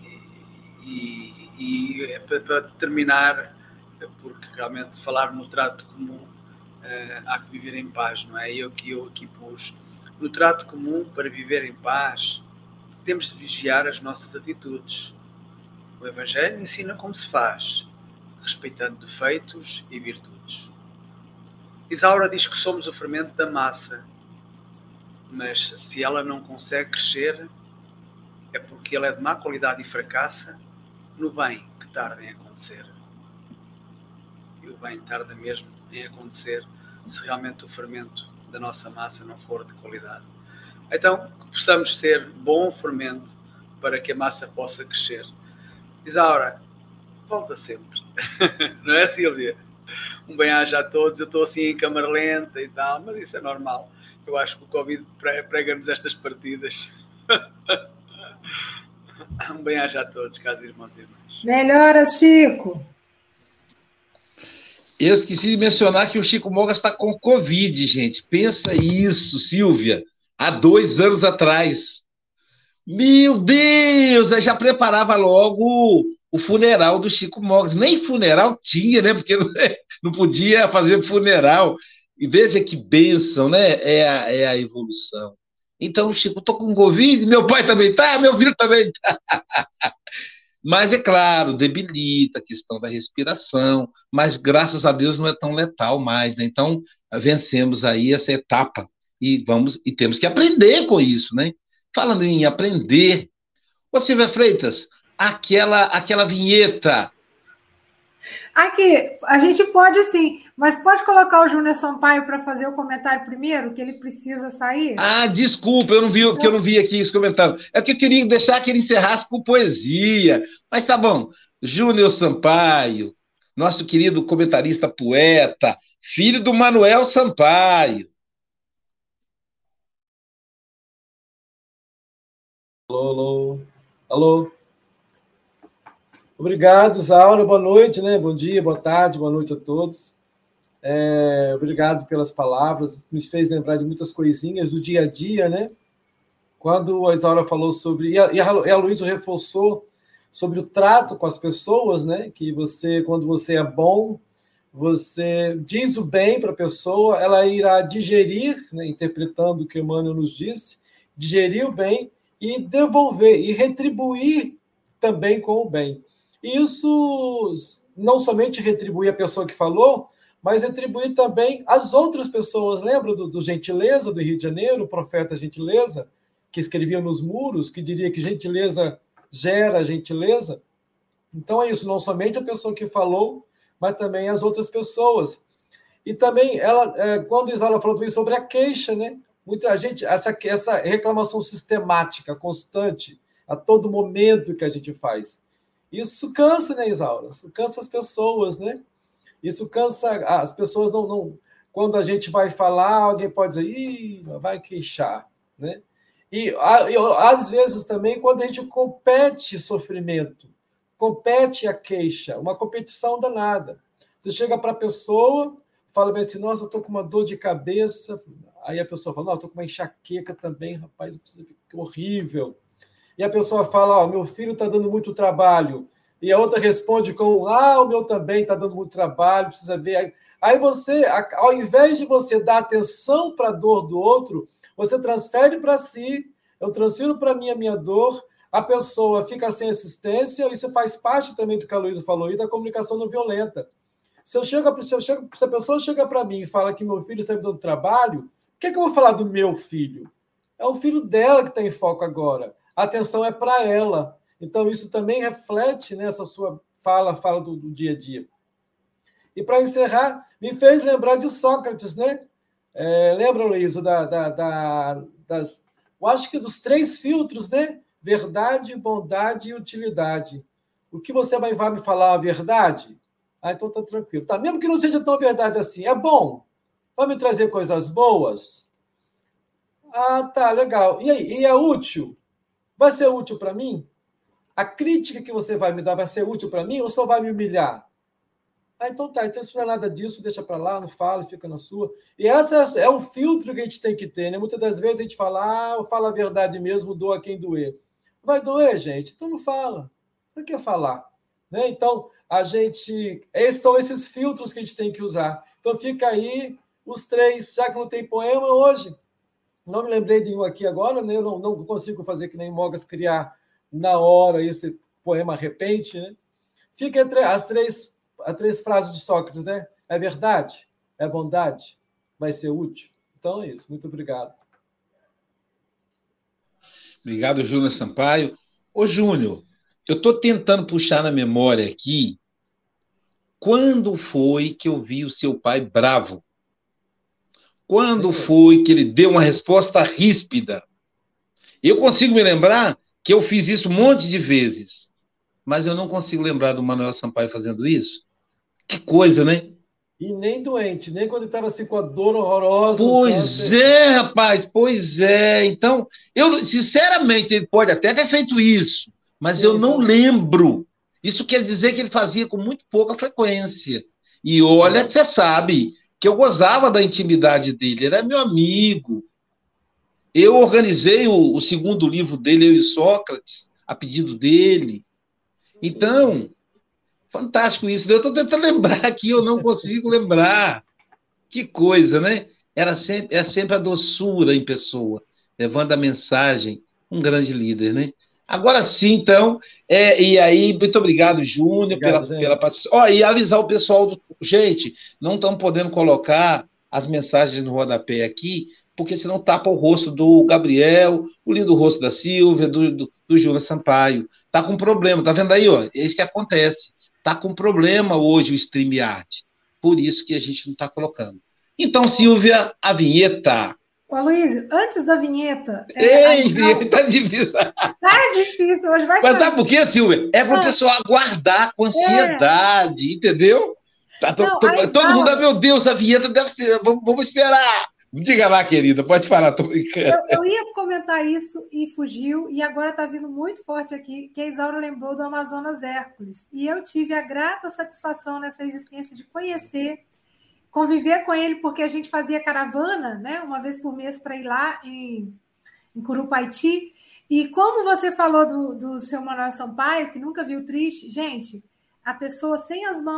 e, e para, para terminar, porque realmente falar no trato comum, ah, há que viver em paz, não é? Eu que eu aqui pus. No trato comum, para viver em paz, temos de vigiar as nossas atitudes. O Evangelho ensina como se faz, respeitando defeitos e virtudes. Isaura diz que somos o fermento da massa, mas se ela não consegue crescer, é porque ela é de má qualidade e fracassa no bem que tarda em acontecer. E o bem tarda mesmo em acontecer se realmente o fermento da nossa massa não for de qualidade. Então, que possamos ser bom fermento para que a massa possa crescer. Isaura, volta sempre. Não é, Sílvia? Um bem-aja a todos. Eu estou assim em câmara lenta e tal, mas isso é normal. Eu acho que o Covid prega-nos estas partidas. Um bem-aja a todos, caros irmãos e irmãs. Melhoras, Chico. Eu esqueci de mencionar que o Chico Mogas está com Covid, gente. Pensa isso, Sílvia. Há dois anos atrás. Meu Deus! Eu já preparava logo o funeral do Chico Mogas. Nem funeral tinha, né? Porque não, não podia fazer funeral. E veja que bênção, né? É a, é a evolução. Então, Chico, estou com Covid, meu pai também tá, meu filho também tá. Mas, é claro, debilita a questão da respiração, mas, graças a Deus, não é tão letal mais, né? Então, vencemos aí essa etapa e vamos e temos que aprender com isso, né? Falando em aprender, ô Silvia Freitas, aquela, aquela vinheta. Aqui, a gente pode sim, mas pode colocar o Júnior Sampaio para fazer o comentário primeiro, que ele precisa sair? Ah, desculpa, eu não vi, porque eu não vi aqui esse comentário. É que eu queria deixar que ele encerrasse com poesia. Mas tá bom. Júnior Sampaio, nosso querido comentarista poeta, filho do Manuel Sampaio. Alô, alô. Alô. Obrigado, Isaura. Boa noite, né? Bom dia, boa tarde, boa noite a todos. É, obrigado pelas palavras. Me fez lembrar de muitas coisinhas do dia a dia, né? Quando a Isaura falou sobre... E a, e a Luísa reforçou sobre o trato com as pessoas, né? Que você, quando você é bom, você diz o bem para a pessoa, ela irá digerir, né, interpretando o que Emmanuel nos disse, digerir o bem e devolver, e retribuir também com o bem. Isso não somente retribuir a pessoa que falou, mas retribuir também as outras pessoas. Lembra do, do Gentileza, do Rio de Janeiro, o profeta Gentileza, que escrevia nos muros, que diria que gentileza gera gentileza? Então é isso, não somente a pessoa que falou, mas também as outras pessoas. E também, ela, quando Isaura falou também sobre a queixa, né? Muita gente, essa, essa reclamação sistemática, constante, a todo momento que a gente faz. Isso cansa, né, Isaura? Isso cansa as pessoas, né? Isso cansa as pessoas. Não, não, quando a gente vai falar, alguém pode dizer, ih, vai queixar, né? E, e às vezes também, quando a gente compete sofrimento, compete a queixa, uma competição danada. Você chega para a pessoa, fala bem assim, nossa, eu estou com uma dor de cabeça. Aí a pessoa fala, não, eu estou com uma enxaqueca também, rapaz, que horrível. E a pessoa fala, ó, meu filho está dando muito trabalho. E a outra responde com, ah, o meu também está dando muito trabalho, precisa ver. Aí você, ao invés de você dar atenção para a dor do outro, você transfere para si, eu transfiro para mim a minha dor, a pessoa fica sem assistência, isso faz parte também do que a Luísa falou aí, da comunicação não violenta. Se, eu chego, se, eu chego, se a pessoa chega para mim e fala que meu filho está me dando trabalho, por que, que eu vou falar do meu filho? É o filho dela que está em foco agora. A atenção é para ela. Então, isso também reflete nessa sua fala, fala do, do dia a dia. E, para encerrar, me fez lembrar de Sócrates, né? É, lembra, Luísa, da, da, da, das... Eu acho que dos três filtros, né? Verdade, bondade e utilidade. O que você vai, vai me falar a verdade? Ah, então tá tranquilo. Tá, mesmo que não seja tão verdade assim, é bom. Vai me trazer coisas boas? Ah, tá, legal. E aí, e é útil? Vai ser útil para mim? A crítica que você vai me dar vai ser útil para mim ou só vai me humilhar? Ah, então tá, então se não é nada disso, deixa para lá, não fala, fica na sua. E esse é o filtro que a gente tem que ter, né? Muitas das vezes a gente fala, ah, eu falo a verdade mesmo, doa quem doer. Vai doer, gente? Então não fala. Por que falar? Né? Então, a gente... Esses são esses filtros que a gente tem que usar. Então fica aí os três, já que não tem poema hoje. Não me lembrei de um aqui agora, né? Eu não, não consigo fazer que nem Mogas, criar na hora esse poema repente, né? Fica entre as três, as três frases de Sócrates, né? É verdade? É bondade? Vai ser útil? Então é isso. Muito obrigado. Obrigado, Júnior Sampaio. Ô, Júnior, eu estou tentando puxar na memória aqui quando foi que eu vi o seu pai bravo. Quando foi que ele deu uma resposta ríspida? Eu consigo me lembrar que eu fiz isso um monte de vezes, mas eu não consigo lembrar do Manuel Sampaio fazendo isso. Que coisa, né? E nem doente, nem quando ele estava assim com a dor horrorosa. Pois é, rapaz, pois é. Então, eu, sinceramente, ele pode até ter feito isso, mas Sim, eu não sabe? lembro. Isso quer dizer que ele fazia com muito pouca frequência. E olha, Sim. Você sabe que eu gozava da intimidade dele, ele era meu amigo. Eu organizei o, o segundo livro dele, Eu e Sócrates, a pedido dele. Então, fantástico isso. Eu estou tentando lembrar aqui, eu não consigo lembrar. Que coisa, né? Era sempre, é sempre a doçura em pessoa, levando a mensagem, um grande líder, né? Agora sim, então, é, e aí, muito obrigado, Júnior, pela, pela participação. Oh, e avisar o pessoal, do, gente, não estamos podendo colocar as mensagens no rodapé aqui, porque senão tapa o rosto do Gabriel, o lindo rosto da Silvia, do, do, do Júnior Sampaio. Tá com problema, tá vendo aí, ó? É isso que acontece. Tá com problema hoje o StreamYard. Por isso que a gente não está colocando. Então, Silvia, a vinheta. Ô, Luiz, antes da vinheta... É, Ei, vinheta tá difícil. Tá difícil, hoje vai ser. Mas sabe por quê, Silvia? É para o ah. pessoal aguardar com ansiedade, é. Entendeu? Tá, não, tô, todo fala... mundo, ah, meu Deus, a vinheta deve ser... Vamos, vamos esperar. Diga lá, querida, pode falar, tô brincando. Eu, eu ia comentar isso e fugiu, e agora está vindo muito forte aqui, que a Isaura lembrou do Amazonas Hércules. E eu tive a grata satisfação nessa existência de conhecer, conviver com ele, porque a gente fazia caravana, né, uma vez por mês para ir lá em, em Curupaiti. E como você falou do, do seu Manuel Sampaio, que nunca viu triste, gente, a pessoa sem as mãos,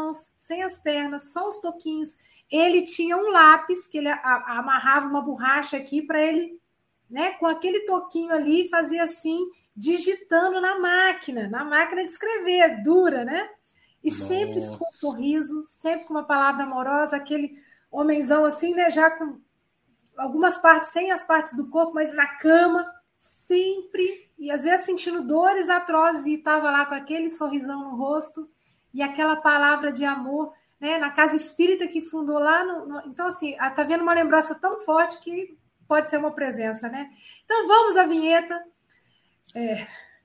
sem as pernas, só os toquinhos. Ele tinha um lápis que ele amarrava uma borracha aqui para ele, né, com aquele toquinho ali, fazia assim, digitando na máquina, na máquina de escrever, dura, né? E Nossa. Sempre com um sorriso, sempre com uma palavra amorosa, aquele homenzão assim, né, já com algumas partes, sem as partes do corpo, mas na cama, sempre, e às vezes sentindo dores atrozes, e estava lá com aquele sorrisão no rosto, e aquela palavra de amor, né, na casa espírita que fundou lá. No, no, então, assim, está vendo uma lembrança tão forte que pode ser uma presença, né? Então, vamos à vinheta. É...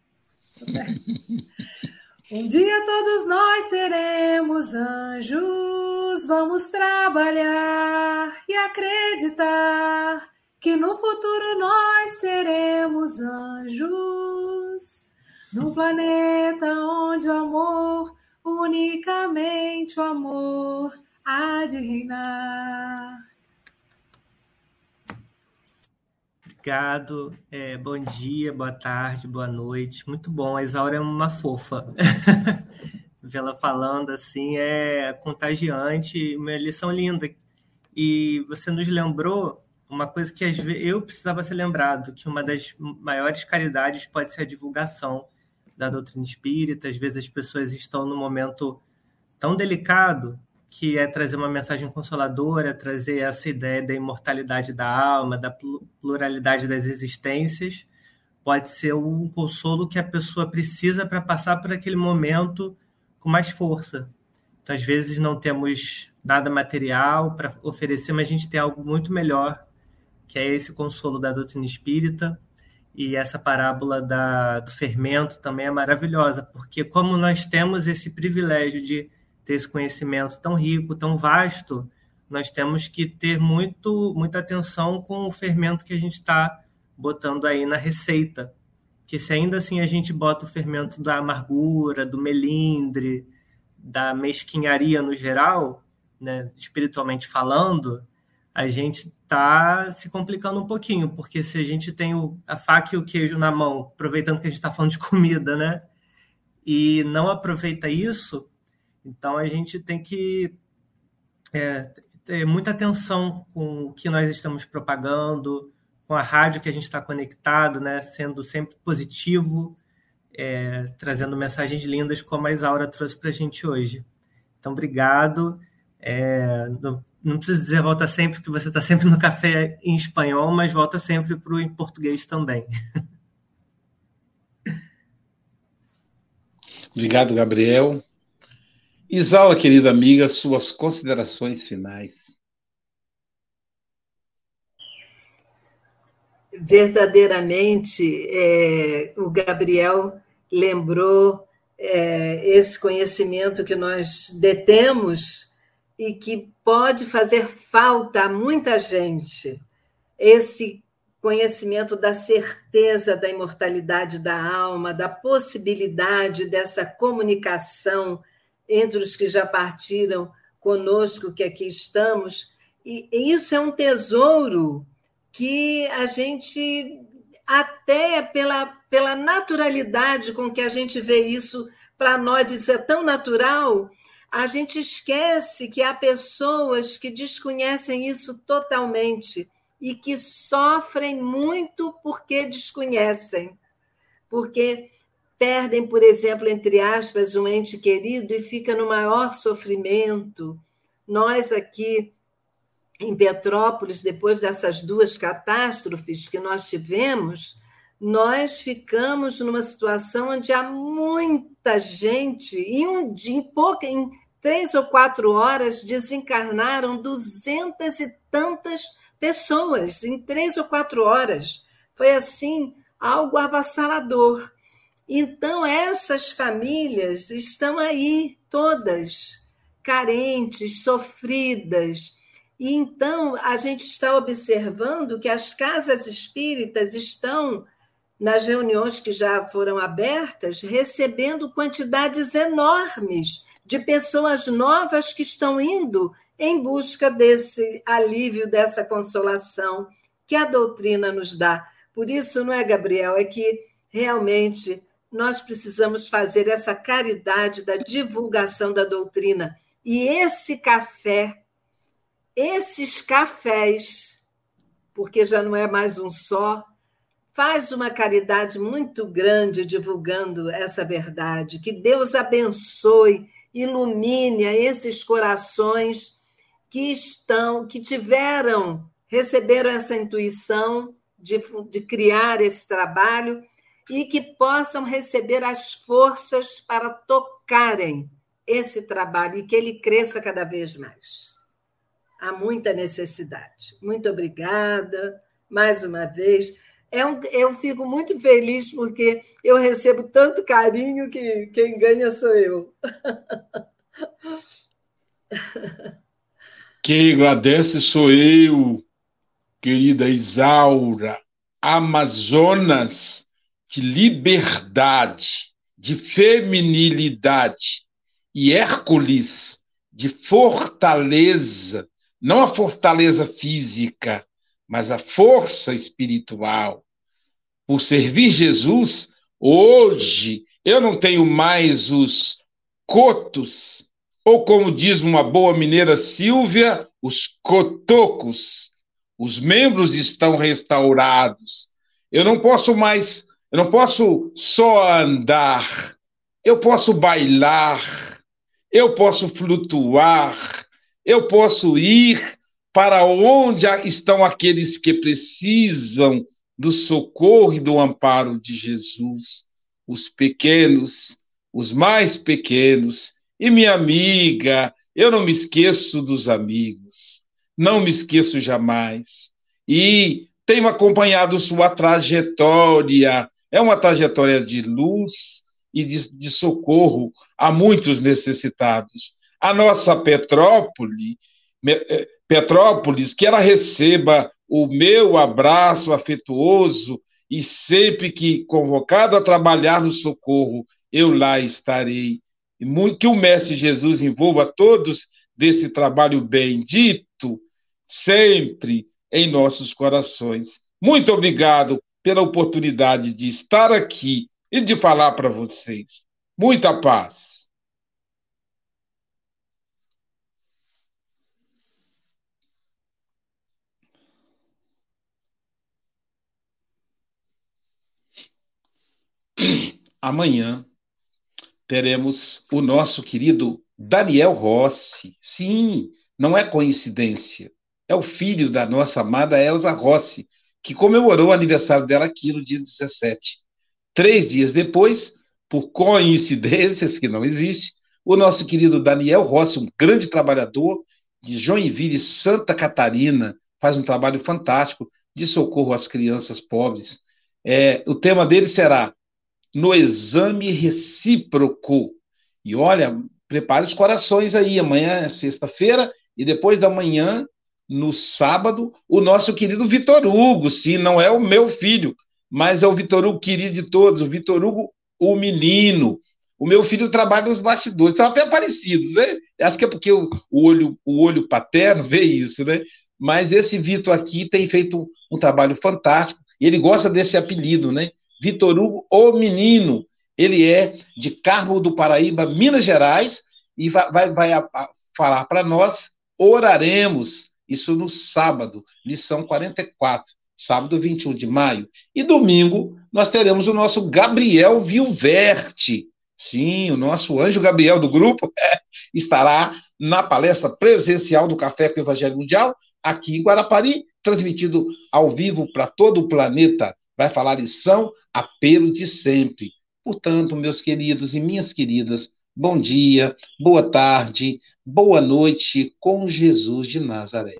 Um dia todos nós seremos anjos, vamos trabalhar e acreditar que no futuro nós seremos anjos, num planeta onde o amor, unicamente o amor, há de reinar. Obrigado, é, bom dia, boa tarde, boa noite, muito bom, a Isaura é uma fofa, ver ela falando assim é contagiante, uma lição linda, e você nos lembrou uma coisa que às vezes eu precisava ser lembrado, que uma das maiores caridades pode ser a divulgação da doutrina espírita. Às vezes as pessoas estão num momento tão delicado, que é trazer uma mensagem consoladora, trazer essa ideia da imortalidade da alma, da pluralidade das existências, pode ser um consolo que a pessoa precisa para passar por aquele momento com mais força. Então, às vezes, não temos nada material para oferecer, mas a gente tem algo muito melhor, que é esse consolo da doutrina espírita. E essa parábola da, do fermento também é maravilhosa, porque como nós temos esse privilégio de ter esse conhecimento tão rico, tão vasto, nós temos que ter muito, muita atenção com o fermento que a gente está botando aí na receita. Que se ainda assim a gente bota o fermento da amargura, do melindre, da mesquinharia no geral, né, espiritualmente falando, a gente está se complicando um pouquinho, porque se a gente tem o, a faca e o queijo na mão, aproveitando que a gente está falando de comida, né, e não aproveita isso, então a gente tem que é, ter muita atenção com o que nós estamos propagando, com a rádio que a gente está conectado, né, sendo sempre positivo, é, trazendo mensagens lindas como a Isaura trouxe para a gente hoje. Então, obrigado. É, não, não precisa dizer volta sempre, porque você está sempre no café em espanhol, mas volta sempre para o em português também. Obrigado, Gabriel. Isaura, querida amiga, suas considerações finais. Verdadeiramente, é, o Gabriel lembrou é, esse conhecimento que nós detemos e que pode fazer falta a muita gente, esse conhecimento da certeza da imortalidade da alma, da possibilidade dessa comunicação entre os que já partiram conosco, que aqui estamos, e, e isso é um tesouro que a gente, até pela, pela naturalidade com que a gente vê isso, para nós isso é tão natural, a gente esquece que há pessoas que desconhecem isso totalmente e que sofrem muito porque desconhecem, porque perdem, por exemplo, entre aspas, um ente querido e fica no maior sofrimento. Nós aqui em Petrópolis, depois dessas duas catástrofes que nós tivemos, nós ficamos numa situação onde há muita gente, em um dia, em pouca, em três ou quatro horas, desencarnaram duzentas e tantas pessoas, em três ou quatro horas. Foi assim, algo avassalador. Então, essas famílias estão aí, todas, carentes, sofridas. E então a gente está observando que as casas espíritas estão, nas reuniões que já foram abertas, recebendo quantidades enormes de pessoas novas que estão indo em busca desse alívio, dessa consolação que a doutrina nos dá. Por isso, não é, Gabriel? É que realmente nós precisamos fazer essa caridade da divulgação da doutrina, E esse café, esses cafés, porque já não é mais um só, faz uma caridade muito grande divulgando essa verdade. Que Deus abençoe, ilumine a esses corações que estão, que tiveram, receberam essa intuição de, de criar esse trabalho e que possam receber as forças para tocarem esse trabalho e que ele cresça cada vez mais. Há muita necessidade. Muito obrigada, mais uma vez. É um, eu fico muito feliz porque eu recebo tanto carinho que quem ganha sou eu. Quem agradece sou eu, querida Isaura. Amazonas de liberdade, de feminilidade, e Hércules de fortaleza, não a fortaleza física, mas a força espiritual. Por servir Jesus, hoje eu não tenho mais os cotos, ou como diz uma boa mineira Silvia, os cotocos. Os membros estão restaurados. Eu não posso mais, eu não posso só andar, eu posso bailar, eu posso flutuar, eu posso ir para onde estão aqueles que precisam do socorro e do amparo de Jesus, os pequenos, os mais pequenos. E minha amiga, eu não me esqueço dos amigos, não me esqueço jamais. E tenho acompanhado sua trajetória, é uma trajetória de luz e de, de socorro a muitos necessitados. A nossa Petrópole, Petrópolis, que ela receba o meu abraço afetuoso e sempre que convocado a trabalhar no socorro, eu lá estarei. E muito, que o Mestre Jesus envolva todos desse trabalho bendito, sempre em nossos corações. Muito obrigado pela oportunidade de estar aqui e de falar para vocês. Muita paz. Amanhã teremos o nosso querido Daniel Rossi. Sim, não é coincidência. É o filho da nossa amada Elza Rossi, que comemorou o aniversário dela aqui no dia dezessete. Três dias depois, por coincidências que não existem, o nosso querido Daniel Rossi, um grande trabalhador de Joinville, Santa Catarina, faz um trabalho fantástico de socorro às crianças pobres. É, o tema dele será No Exame Recíproco. E olha, prepare os corações aí, amanhã é sexta-feira, e depois da manhã, no sábado, o nosso querido Vitor Hugo, sim, não é o meu filho, mas é o Vitor Hugo querido de todos, o Vitor Hugo, o menino. O meu filho trabalha nos bastidores, são até parecidos, né? Acho que é porque o, o, olho, o olho paterno vê isso, né? Mas esse Vitor aqui tem feito um, um trabalho fantástico, e ele gosta desse apelido, né? Vitor Hugo, o menino. Ele é de Carmo do Paraíba, Minas Gerais, e vai, vai, vai a, a falar para nós. Oraremos, isso no sábado, lição quarenta e quatro, sábado vinte e um de maio. E domingo nós teremos o nosso Gabriel Vilverte. Sim, o nosso anjo Gabriel do grupo é, estará na palestra presencial do Café com o Evangelho Mundial, aqui em Guarapari, transmitido ao vivo para todo o planeta. Vai falar lição, apelo de sempre. Portanto, meus queridos e minhas queridas, bom dia, boa tarde, boa noite com Jesus de Nazaré.